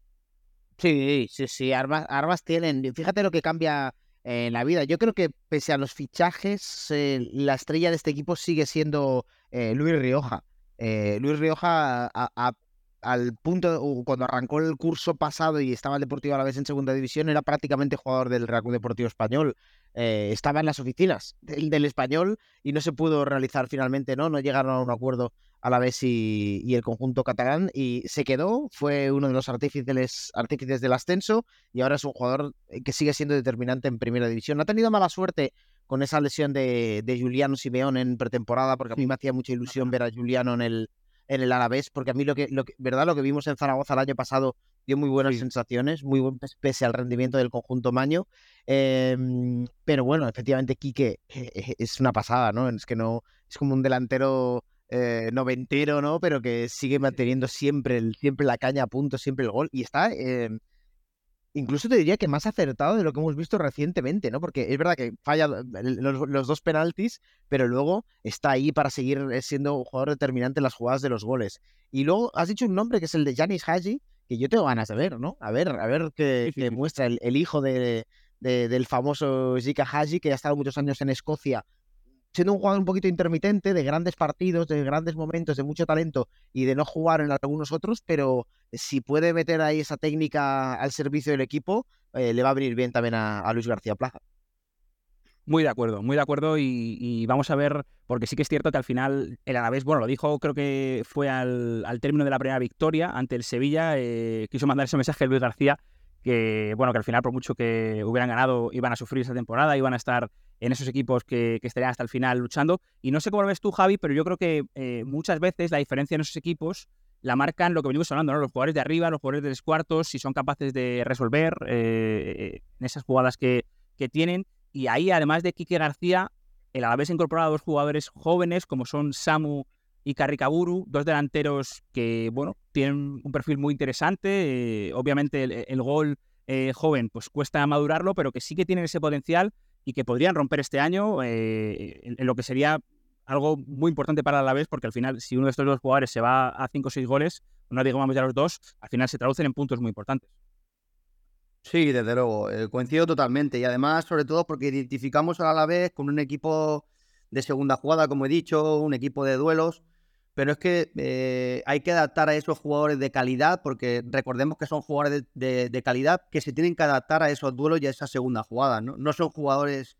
Sí, sí, sí, armas, armas tienen. Fíjate lo que cambia en la vida. Yo creo que pese a los fichajes, eh, la estrella de este equipo sigue siendo eh, Luis Rioja. Eh, Luis Rioja, a, a, al punto, uh, cuando arrancó el curso pasado y estaba el Deportivo Alavés en segunda división, era prácticamente jugador del Real Club Deportivo Español. Eh, estaba en las oficinas del, del Español y no se pudo realizar finalmente, ¿no? No llegaron a un acuerdo Alavés y, y el conjunto catalán, y se quedó, fue uno de los artífices, artífices del ascenso, y ahora es un jugador que sigue siendo determinante en primera división. No ha tenido mala suerte con esa lesión de, de Juliano Simeón en pretemporada, porque a mí me hacía mucha ilusión ver a Juliano en el, en el Alavés, porque a mí lo que, lo que, verdad, lo que vimos en Zaragoza el año pasado dio muy buenas sí. sensaciones, muy buen pese al rendimiento del conjunto maño. Eh, pero bueno, efectivamente Quique eh, es una pasada, ¿no? Es que no, es como un delantero Eh, noventero, ¿no? Pero que sigue manteniendo siempre, el, siempre la caña a punto, siempre el gol. Y está, eh, incluso te diría que más acertado de lo que hemos visto recientemente, ¿no? Porque es verdad que falla los, los dos penaltis, pero luego está ahí para seguir siendo un jugador determinante en las jugadas de los goles. Y luego has dicho un nombre que es el de Yanis Hagi, que yo tengo ganas de ver, ¿no? A ver, a ver qué, qué muestra el, el hijo de, de, del famoso Zika Hagi, que ha estado muchos años en Escocia, siendo un jugador un poquito intermitente, de grandes partidos, de grandes momentos, de mucho talento y de no jugar en algunos otros, pero si puede meter ahí esa técnica al servicio del equipo, eh, le va a venir bien también a, a Luis García Plaza. Muy de acuerdo, muy de acuerdo y, y vamos a ver, porque sí que es cierto que al final el Alavés, bueno, lo dijo, creo que fue al, al término de la primera victoria ante el Sevilla, eh, quiso mandar ese mensaje a Luis García, que bueno, que al final por mucho que hubieran ganado iban a sufrir esa temporada, iban a estar en esos equipos que, que estarían hasta el final luchando. Y no sé cómo lo ves tú, Javi, pero yo creo que eh, muchas veces la diferencia en esos equipos la marcan lo que venimos hablando, ¿no? Los jugadores de arriba, los jugadores de tres cuartos, si son capaces de resolver eh, en esas jugadas que, que tienen. Y ahí, además de Quique García, el Alavés ha incorporado a dos jugadores jóvenes como son Samu y Carricaburu, dos delanteros que, bueno, tienen un perfil muy interesante. Eh, obviamente el, el gol eh, joven pues cuesta madurarlo, pero que sí que tienen ese potencial y que podrían romper este año eh, en, en lo que sería algo muy importante para el Alavés, porque al final, si uno de estos dos jugadores se va a cinco o seis goles, no digamos ya los dos, al final se traducen en puntos muy importantes. Sí, desde luego, eh, coincido totalmente, y además, sobre todo, porque identificamos al Alavés con un equipo de segunda jugada, como he dicho, un equipo de duelos, pero es que eh, hay que adaptar a esos jugadores de calidad, porque recordemos que son jugadores de, de, de calidad que se tienen que adaptar a esos duelos y a esa segunda jugada, ¿no? No son jugadores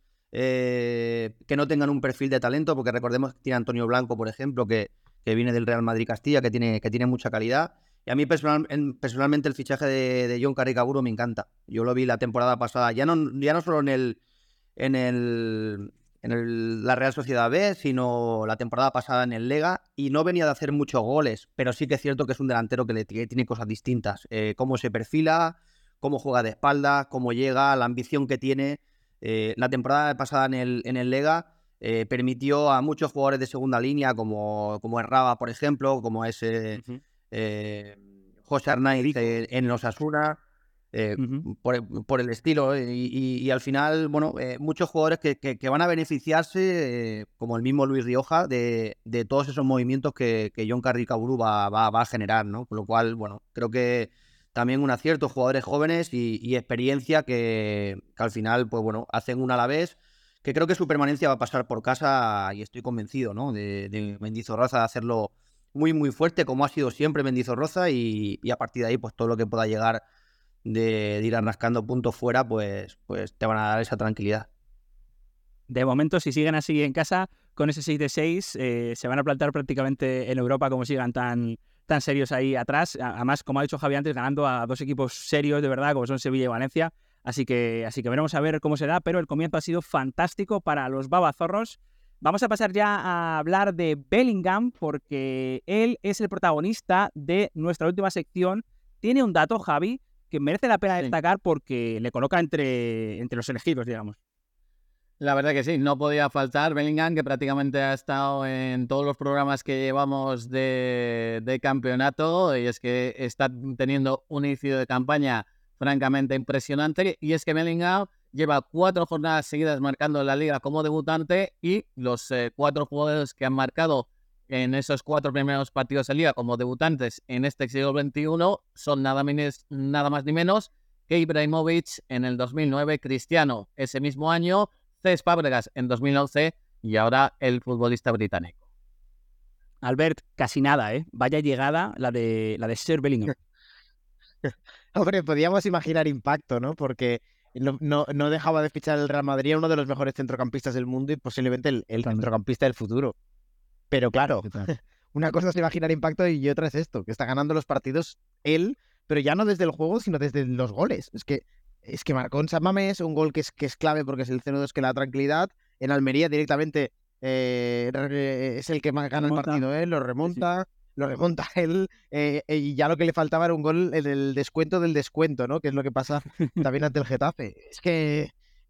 eh, que no tengan un perfil de talento, porque recordemos que tiene Antonio Blanco, por ejemplo, que, que viene del Real Madrid Castilla, que tiene, que tiene mucha calidad. Y a mí personal, personalmente el fichaje de, de John Carricaburu me encanta. Yo lo vi la temporada pasada, ya no, ya no solo en el en el en el, la Real Sociedad B, sino la temporada pasada en el Lega, y no venía de hacer muchos goles, pero sí que es cierto que es un delantero que, le, que tiene cosas distintas. Eh, cómo se perfila, cómo juega de espaldas, cómo llega, la ambición que tiene. Eh, la temporada pasada en el, en el Lega eh, permitió a muchos jugadores de segunda línea, como, como es Raba, por ejemplo, como es... Eh, uh-huh. Eh, José Arnaiz eh, en los Osasuna, eh, uh-huh. por, por el estilo, eh, y, y al final, bueno, eh, muchos jugadores que, que, que van a beneficiarse, eh, como el mismo Luis Rioja, de, de todos esos movimientos que, que John Carricaburu va, va, va a generar, ¿no? Con lo cual, bueno, creo que también un acierto, jugadores jóvenes y, y experiencia que, que al final, pues bueno, hacen un Alavés que creo que su permanencia va a pasar por casa, y estoy convencido, ¿no? De, de Mendizorroza de hacerlo muy muy fuerte, como ha sido siempre Mendizorroza, y, y a partir de ahí, pues todo lo que pueda llegar de, de ir rascando puntos fuera, pues, pues te van a dar esa tranquilidad. De momento, si siguen así en casa, con ese seis de seis, eh, se van a plantar prácticamente en Europa, como sigan tan, tan serios ahí atrás. Además, como ha dicho Javi antes, ganando a dos equipos serios de verdad, como son Sevilla y Valencia. Así que, así que veremos a ver cómo será, pero el comienzo ha sido fantástico para los babazorros. Vamos a pasar ya a hablar de Bellingham, porque él es el protagonista de nuestra última sección. Tiene un dato, Javi, que merece la pena sí. destacar, porque le coloca entre, entre los elegidos, digamos. La verdad que sí, no podía faltar Bellingham, que prácticamente ha estado en todos los programas que llevamos de, de campeonato, y es que está teniendo un inicio de campaña francamente impresionante, y es que Bellingham lleva cuatro jornadas seguidas marcando en la Liga como debutante, y los eh, cuatro jugadores que han marcado en esos cuatro primeros partidos de Liga como debutantes en este siglo veintiuno son nada, menos, nada más ni menos que Ibrahimovic en el dos mil nueve, Cristiano ese mismo año, Cesc Fábregas en dos mil once y ahora el futbolista británico. Albert, casi nada, ¿eh? Vaya llegada la de la de Sir Bellingham. Hombre, podíamos imaginar impacto, ¿no? Porque no, no, no dejaba de fichar el Real Madrid a uno de los mejores centrocampistas del mundo y posiblemente el, el centrocampista del futuro. Pero claro, una cosa es imaginar impacto y otra es esto, que está ganando los partidos él, pero ya no desde el juego, sino desde los goles. Es que Es que marcó en San Mamés un gol que es, que es clave porque es el cero dos que le da tranquilidad. En Almería directamente eh, es el que más gana el partido, ¿eh? Lo remonta, sí, sí. lo remonta él. Eh, y ya lo que le faltaba era un gol en el descuento del descuento, ¿no? Que es lo que pasa también ante el Getafe. Es que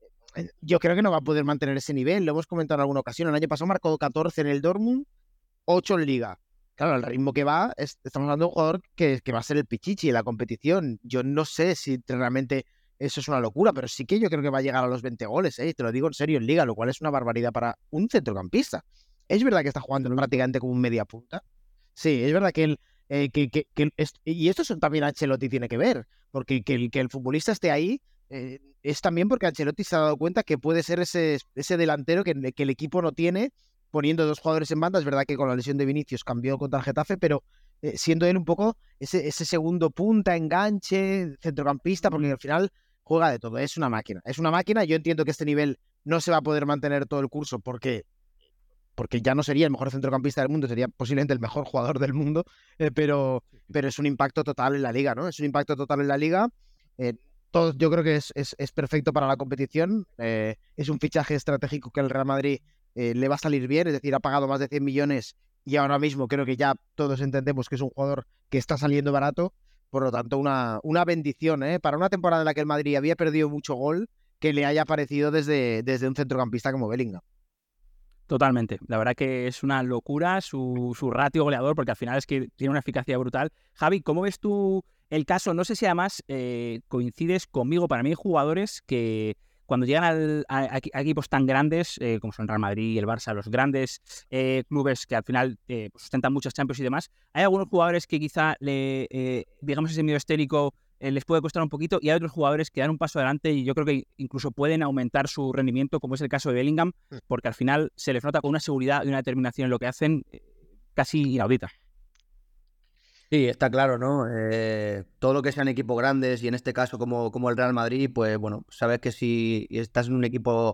yo creo que no va a poder mantener ese nivel. Lo hemos comentado en alguna ocasión. El año pasado marcó catorce en el Dortmund, ocho en Liga. Claro, al ritmo que va, es, estamos hablando de un jugador que, que va a ser el pichichi en la competición. Yo no sé si realmente... Eso es una locura, pero sí que yo creo que va a llegar a los veinte goles, ¿eh? Te lo digo en serio, en Liga, lo cual es una barbaridad para un centrocampista. Es verdad que está jugando prácticamente como un media punta. Sí, es verdad que él... Eh, que, que, que es, y esto son, también Ancelotti tiene que ver, porque que el, que el futbolista esté ahí eh, es también porque Ancelotti se ha dado cuenta que puede ser ese, ese delantero que, que el equipo no tiene, poniendo dos jugadores en banda. Es verdad que con la lesión de Vinicius cambió contra el Getafe, pero eh, siendo él un poco ese, ese segundo punta, enganche, centrocampista, porque al final... juega de todo, es una máquina, es una máquina. Yo entiendo que este nivel no se va a poder mantener todo el curso porque, porque ya no sería el mejor centrocampista del mundo, sería posiblemente el mejor jugador del mundo, eh, pero, pero es un impacto total en la Liga, ¿no? Es un impacto total en la Liga. Eh, todo, yo creo que es, es, es perfecto para la competición. Eh, es un fichaje estratégico que el Real Madrid eh, le va a salir bien, es decir, ha pagado más de cien millones y ahora mismo creo que ya todos entendemos que es un jugador que está saliendo barato. Por lo tanto, una, una bendición, ¿eh? Para una temporada en la que el Madrid había perdido mucho gol, que le haya aparecido desde, desde un centrocampista como Bellingham. Totalmente. La verdad que es una locura su, su ratio goleador, porque al final es que tiene una eficacia brutal. Javi, ¿cómo ves tú el caso? No sé si además eh, coincides conmigo. Para mí hay jugadores que cuando llegan al, a, a equipos tan grandes, eh, como son Real Madrid y el Barça, los grandes eh, clubes que al final eh, sustentan muchos Champions y demás, hay algunos jugadores que quizá, le, eh, digamos, ese miedo esténico eh, les puede costar un poquito, y hay otros jugadores que dan un paso adelante y yo creo que incluso pueden aumentar su rendimiento, como es el caso de Bellingham, porque al final se les nota con una seguridad y una determinación en lo que hacen eh, casi inaudita. Sí, está claro, ¿no? Eh, todo lo que sean equipos grandes y en este caso como, como el Real Madrid, pues bueno, sabes que si estás en un equipo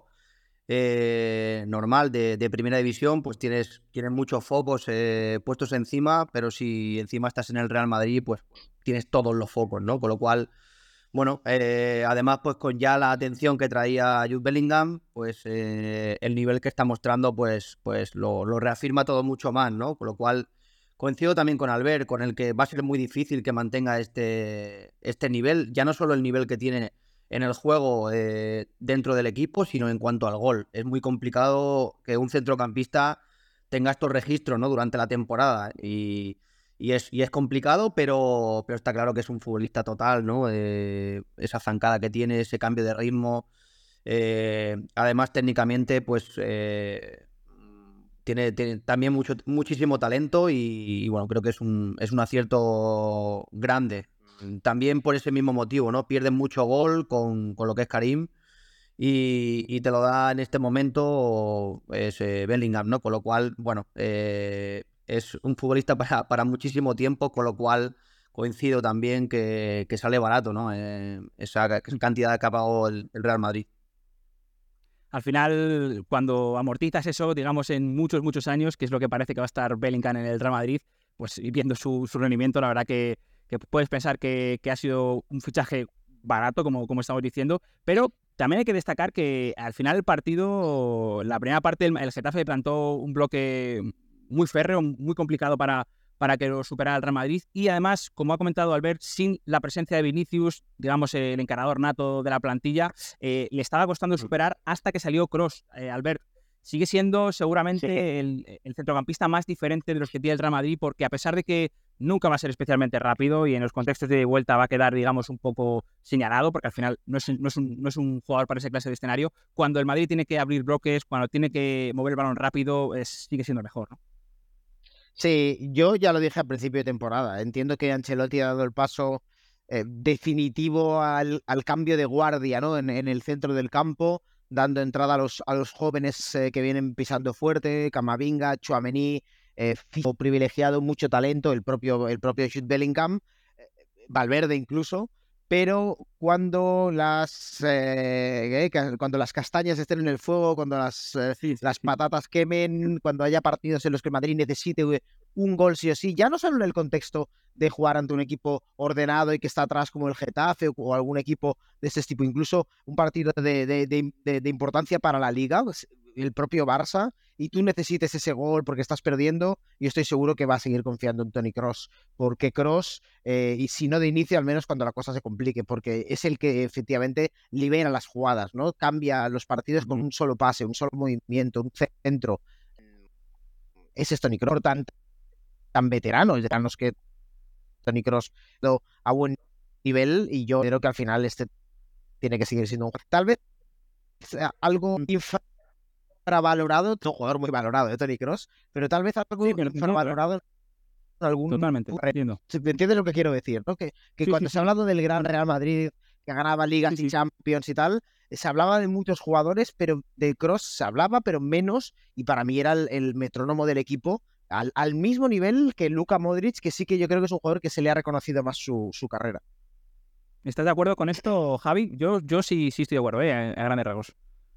eh, normal de, de primera división, pues tienes, tienes muchos focos eh, puestos encima, pero si encima estás en el Real Madrid, pues tienes todos los focos, ¿no? Con lo cual, bueno, eh, además pues con ya la atención que traía Jude Bellingham, pues eh, el nivel que está mostrando pues, pues lo, lo reafirma todo mucho más, ¿no? Con lo cual... coincido también con Albert, con el que va a ser muy difícil que mantenga este, este nivel, ya no solo el nivel que tiene en el juego eh, dentro del equipo, sino en cuanto al gol. Es muy complicado que un centrocampista tenga estos registros, ¿no? Durante la temporada y, y, es, y es complicado, pero, pero está claro que es un futbolista total, ¿no? Eh, esa zancada que tiene, ese cambio de ritmo, eh, además técnicamente pues... Eh, Tiene, tiene también mucho, muchísimo talento y, y bueno, creo que es un, es un acierto grande. También por ese mismo motivo, ¿no? Pierden mucho gol con, con lo que es Karim y, y te lo da en este momento es, eh, Bellingham, ¿no? Con lo cual, bueno, eh, es un futbolista para, para muchísimo tiempo, con lo cual coincido también que, que sale barato, ¿no? Eh, esa cantidad que ha pagado el, el Real Madrid. Al final, cuando amortizas eso, digamos, en muchos, muchos años, que es lo que parece que va a estar Bellingham en el Real Madrid, pues y viendo su, su rendimiento, la verdad que, que puedes pensar que, que ha sido un fichaje barato, como, como estamos diciendo, pero también hay que destacar que al final el partido, la primera parte, el, el Getafe plantó un bloque muy férreo, muy complicado para, para que lo superara el Real Madrid. Y además, como ha comentado Albert, sin la presencia de Vinicius, digamos el encarador nato de la plantilla, eh, le estaba costando superar hasta que salió Kroos. Eh, Albert, sigue siendo seguramente sí. el, el centrocampista más diferente de los que tiene el Real Madrid, porque a pesar de que nunca va a ser especialmente rápido y en los contextos de vuelta va a quedar, digamos, un poco señalado, porque al final no es, no es, un, no es un jugador para esa clase de escenario, cuando el Madrid tiene que abrir bloques, cuando tiene que mover el balón rápido, es, sigue siendo mejor, ¿no? Sí, yo ya lo dije al principio de temporada. Entiendo que Ancelotti ha dado el paso eh, definitivo al, al cambio de guardia, ¿no? En, en el centro del campo, dando entrada a los, a los jóvenes eh, que vienen pisando fuerte, Camavinga, Tchouaméni, eh, fijo privilegiado, mucho talento, el propio, el propio Jude Bellingham, eh, Valverde incluso, pero cuando las eh, cuando las castañas estén en el fuego, cuando las, eh, las patatas quemen, cuando haya partidos en los que Madrid necesite un gol sí o sí, ya no solo en el contexto de jugar ante un equipo ordenado y que está atrás como el Getafe o, o algún equipo de este tipo, incluso un partido de, de, de, de, de importancia para la Liga, el propio Barça, y tú necesites ese gol porque estás perdiendo, y estoy seguro que va a seguir confiando en Toni Kroos, porque Kroos, eh, y si no de inicio, al menos cuando la cosa se complique, porque es el que efectivamente libera las jugadas, ¿no? Cambia los partidos con un solo pase, un solo movimiento, un centro. Ese es Toni Kroos, tan, tan veterano, veteranos que Toni Kroos a buen nivel, y yo creo que al final este tiene que seguir siendo un tal vez algo infravalorado, un jugador muy valorado de Toni Kroos, pero tal vez algo sí, infravalorado en algún... Totalmente, entiendo. ¿Me entiendes lo que quiero decir? ¿No? Que, que sí, cuando sí, se ha hablado del gran Real Madrid, que ganaba ligas sí, y sí. Champions y tal, se hablaba de muchos jugadores, pero de Kroos se hablaba, pero menos, y para mí era el, el metrónomo del equipo, al, al mismo nivel que Luka Modric, que sí que yo creo que es un jugador que se le ha reconocido más su, su carrera. ¿Estás de acuerdo con esto, Javi? Yo, yo sí, sí estoy de acuerdo, ¿eh? a, a grandes rasgos.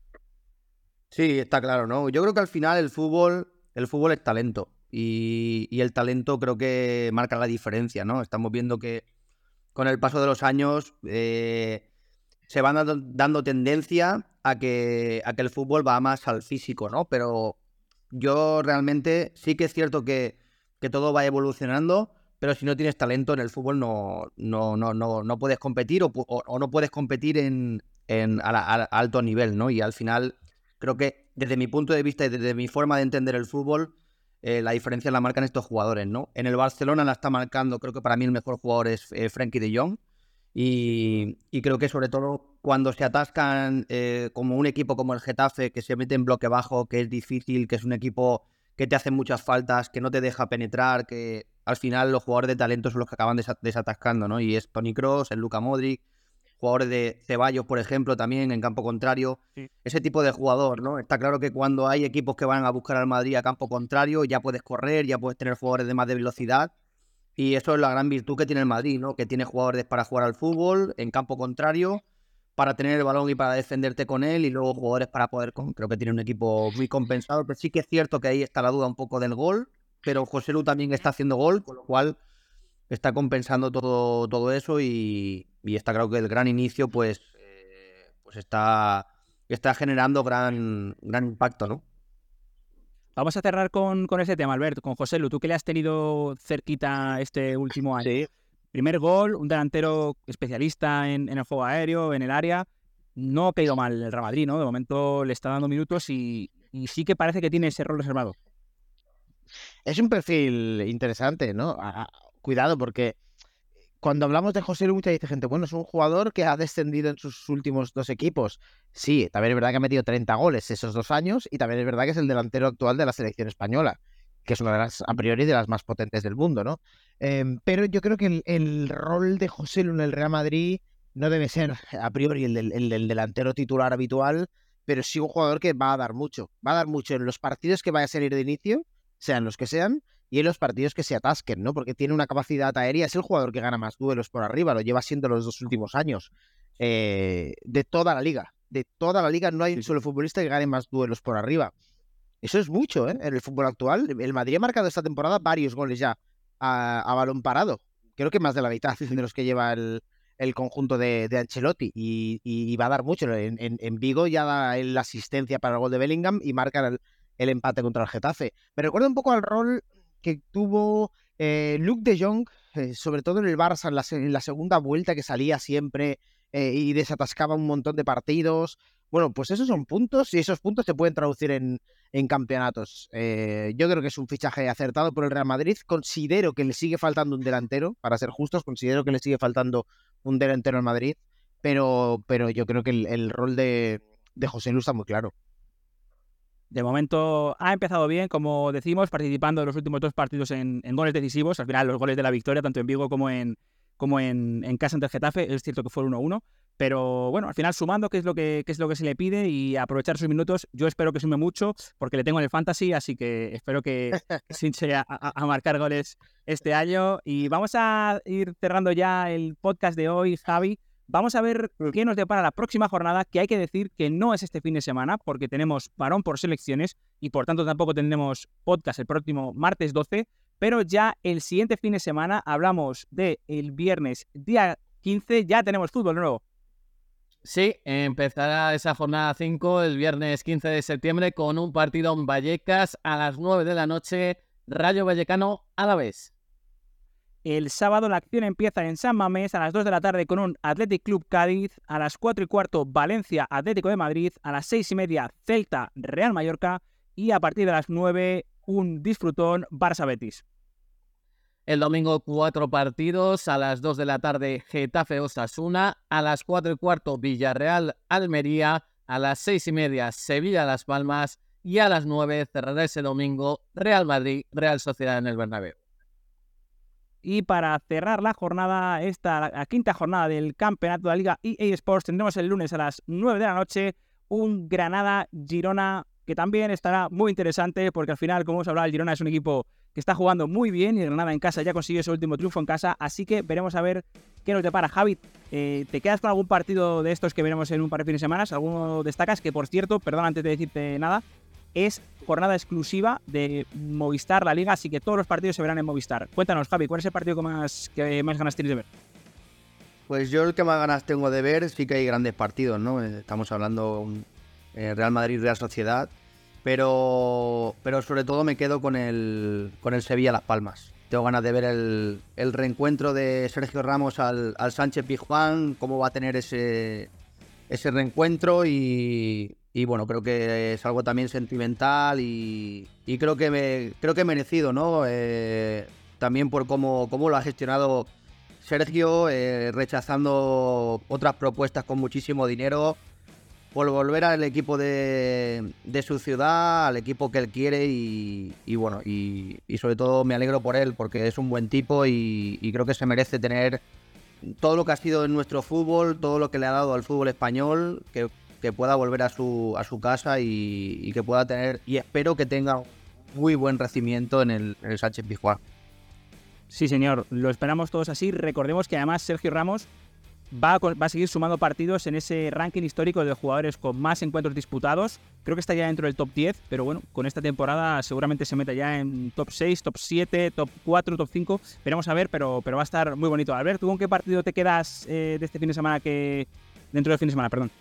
Sí, está claro, ¿no? Yo creo que al final el fútbol, el fútbol es talento. Y, y el talento creo que marca la diferencia, ¿no? Estamos viendo que con el paso de los años eh, se van dando, dando tendencia a que, a que el fútbol va más al físico, ¿no? Pero yo realmente sí que es cierto que, que todo va evolucionando, pero si no tienes talento en el fútbol no, no, no, no, no puedes competir o, o, o no puedes competir en, en, a, la, a alto nivel, ¿no? Y al final creo que desde mi punto de vista y desde mi forma de entender el fútbol, Eh, la diferencia la marcan estos jugadores, ¿no? En el Barcelona la está marcando, creo que para mí el mejor jugador es eh, Frenkie de Jong, y, y creo que sobre todo cuando se atascan eh, como un equipo como el Getafe, que se mete en bloque bajo, que es difícil, que es un equipo que te hace muchas faltas, que no te deja penetrar, que al final los jugadores de talento son los que acaban desa- desatascando, ¿no? Y es Toni Kroos, el Luka Modric, jugadores de Ceballos, por ejemplo, también en campo contrario. Sí. Ese tipo de jugador, ¿no? Está claro que cuando hay equipos que van a buscar al Madrid a campo contrario, ya puedes correr, ya puedes tener jugadores de más de velocidad. Y eso es la gran virtud que tiene el Madrid, ¿no? Que tiene jugadores para jugar al fútbol en campo contrario, para tener el balón y para defenderte con él, y luego jugadores para poder... Con... Creo que tiene un equipo muy compensado, pero sí que es cierto que ahí está la duda un poco del gol, pero José Lu también está haciendo gol, con lo cual está compensando todo, todo eso, y, y está claro que el gran inicio pues, eh, pues está, está generando gran, gran impacto, ¿no? Vamos a cerrar con, con ese tema, Albert, con José Lu, tú que le has tenido cerquita este último año. Sí. Primer gol, un delantero especialista en, en el juego aéreo, en el área. No ha caído mal el Real Madrid, ¿no? De momento le está dando minutos y, y sí que parece que tiene ese rol reservado. Es un perfil interesante, ¿no? A, a, cuidado, porque cuando hablamos de José Lu, mucha dice gente, bueno, es un jugador que ha descendido en sus últimos dos equipos. Sí, también es verdad que ha metido treinta goles esos dos años, y también es verdad que es el delantero actual de la selección española, que es una de las, a priori, de las más potentes del mundo, ¿no? Eh, pero yo creo que el, el rol de José Lu en el Real Madrid no debe ser, a priori, el del, el del delantero titular habitual, pero sí un jugador que va a dar mucho. Va a dar mucho en los partidos que vaya a salir de inicio, sean los que sean, y en los partidos que se atasquen, ¿no? Porque tiene una capacidad aérea, es el jugador que gana más duelos por arriba, lo lleva siendo los dos últimos años, eh, de toda la liga. De toda la liga no hay un solo futbolista que gane más duelos por arriba. Eso es mucho, ¿eh? En el fútbol actual. El Madrid ha marcado esta temporada varios goles ya a, a balón parado. Creo que más de la mitad de los que lleva el, el conjunto de, de Ancelotti. Y, y, y va a dar mucho. En, en, en Vigo ya da la asistencia para el gol de Bellingham y marca el, el empate contra el Getafe. Me recuerda un poco al rol que tuvo Eh, Luke de Jong, eh, sobre todo en el Barça, en la, en la segunda vuelta que salía siempre eh, y desatascaba un montón de partidos. Bueno, pues esos son puntos y esos puntos se pueden traducir en, en campeonatos. Eh, yo creo que es un fichaje acertado por el Real Madrid. Considero que le sigue faltando un delantero, para ser justos, considero que le sigue faltando un delantero al Madrid, pero, pero yo creo que el, el rol de, de José Lu está muy claro. De momento ha empezado bien, como decimos, participando en los últimos dos partidos en, en goles decisivos. Al final, los goles de la victoria, tanto en Vigo como en, como en, en casa ante el Getafe. Es cierto que fue uno uno, pero bueno, al final sumando, que es lo que, que es lo que se le pide, y aprovechar sus minutos. Yo espero que sume mucho, porque le tengo en el Fantasy, así que espero que se hinche a, a, a marcar goles este año. Y vamos a ir cerrando ya el podcast de hoy, Javi. Vamos a ver qué nos depara la próxima jornada, que hay que decir que no es este fin de semana, porque tenemos parón por selecciones y por tanto tampoco tendremos podcast el próximo martes doce, pero ya el siguiente fin de semana hablamos de el viernes día quince, ya tenemos fútbol nuevo. Sí, empezará esa jornada cinco el viernes quince de septiembre con un partido en Vallecas a las nueve de la noche, Rayo Vallecano Alavés. El sábado la acción empieza en San Mamés a las dos de la tarde con un Athletic Club Cádiz, a las cuatro y cuarto Valencia Atlético de Madrid, a las seis y media Celta Real Mallorca y a partir de las nueve un disfrutón Barça Betis. El domingo cuatro partidos, a las dos de la tarde Getafe Osasuna, a las cuatro y cuarto Villarreal Almería, a las seis y media Sevilla Las Palmas y a las nueve cerrará ese domingo Real Madrid Real Sociedad en el Bernabéu. Y para cerrar la jornada, esta, la, la quinta jornada del campeonato de la Liga E A Sports, tendremos el lunes a las nueve de la noche un Granada-Girona, que también estará muy interesante, porque al final, como hemos hablado, el Girona es un equipo que está jugando muy bien y Granada en casa ya consiguió su último triunfo en casa, así que veremos a ver qué nos depara. Javi, eh, ¿te quedas con algún partido de estos que veremos en un par de fines de semana? ¿Alguno destacas? Que por cierto, perdón antes de decirte nada, es jornada exclusiva de Movistar, la Liga, así que todos los partidos se verán en Movistar. Cuéntanos, Javi, ¿cuál es el partido que más, que más ganas tienes de ver? Pues yo el que más ganas tengo de ver, sí que hay grandes partidos, ¿no? Estamos hablando eh, Real Madrid, Real Sociedad, pero, pero sobre todo me quedo con el, con el Sevilla Las Palmas. Tengo ganas de ver el, el reencuentro de Sergio Ramos al, al Sánchez Pizjuán, cómo va a tener ese, ese reencuentro y... Y bueno, creo que es algo también sentimental y, y creo que me, creo que merecido, ¿no? Eh, también por cómo, cómo lo ha gestionado Sergio, eh, rechazando otras propuestas con muchísimo dinero, por volver al equipo de, de su ciudad, al equipo que él quiere y, y bueno, y, y sobre todo me alegro por él porque es un buen tipo y, y creo que se merece tener todo lo que ha sido en nuestro fútbol, todo lo que le ha dado al fútbol español, que que pueda volver a su, a su casa y, y que pueda tener, y espero que tenga un muy buen recibimiento en el, en el Sánchez Pizjuán. Sí, señor, lo esperamos todos así. Recordemos que además Sergio Ramos va a, va a seguir sumando partidos en ese ranking histórico de jugadores con más encuentros disputados. Creo que está ya dentro del top diez, pero bueno, con esta temporada seguramente se meta ya en top seis, top siete, top cuatro, top cinco. Veremos a ver, pero, pero va a estar muy bonito. Albert, ¿tú con qué partido te quedas eh, de este fin de semana que... dentro del fin de semana, perdón?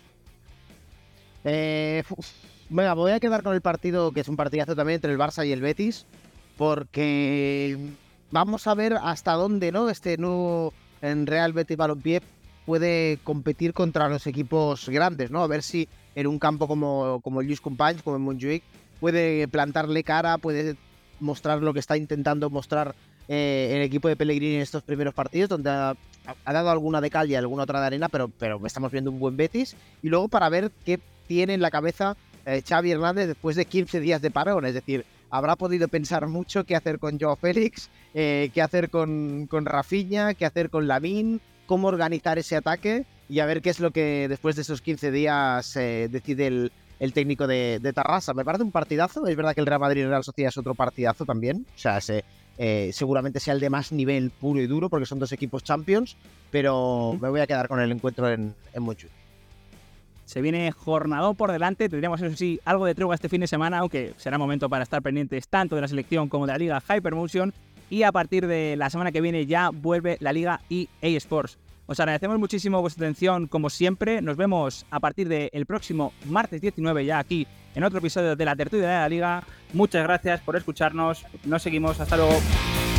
Eh, uf, venga, me voy a quedar con el partido, que es un partidazo también entre el Barça y el Betis, porque vamos a ver hasta dónde, ¿no? Este nuevo en Real Betis Balompié puede competir contra los equipos grandes, ¿no? A ver si en un campo como, como el Lluís Companys, como el Montjuïc, puede plantarle cara, puede mostrar lo que está intentando mostrar eh, el equipo de Pellegrini en estos primeros partidos, donde ha, ha dado alguna de cal y alguna otra de arena, pero, pero estamos viendo un buen Betis. Y luego para ver qué tiene en la cabeza eh, Xavi Hernández después de quince días de parón, es decir, habrá podido pensar mucho qué hacer con Joao Félix, eh, qué hacer con, con Rafinha, qué hacer con Lamine, cómo organizar ese ataque y a ver qué es lo que después de esos quince días eh, decide el, el técnico de, de Tarrasa. Me parece un partidazo, es verdad que el Real Madrid y Real Sociedad es otro partidazo también, o sea, se, eh, seguramente sea el de más nivel puro y duro porque son dos equipos champions, pero me voy a quedar con el encuentro en, en Montjuïc. Se viene jornadón por delante, tendremos eso sí algo de tregua este fin de semana, aunque será momento para estar pendientes tanto de la selección como de la Liga Hypermotion, y a partir de la semana que viene ya vuelve la Liga E A Sports. Os agradecemos muchísimo vuestra atención como siempre, nos vemos a partir del próximo martes diecinueve ya aquí en otro episodio de la Tertulia de la Liga. Muchas gracias por escucharnos, nos seguimos, hasta luego.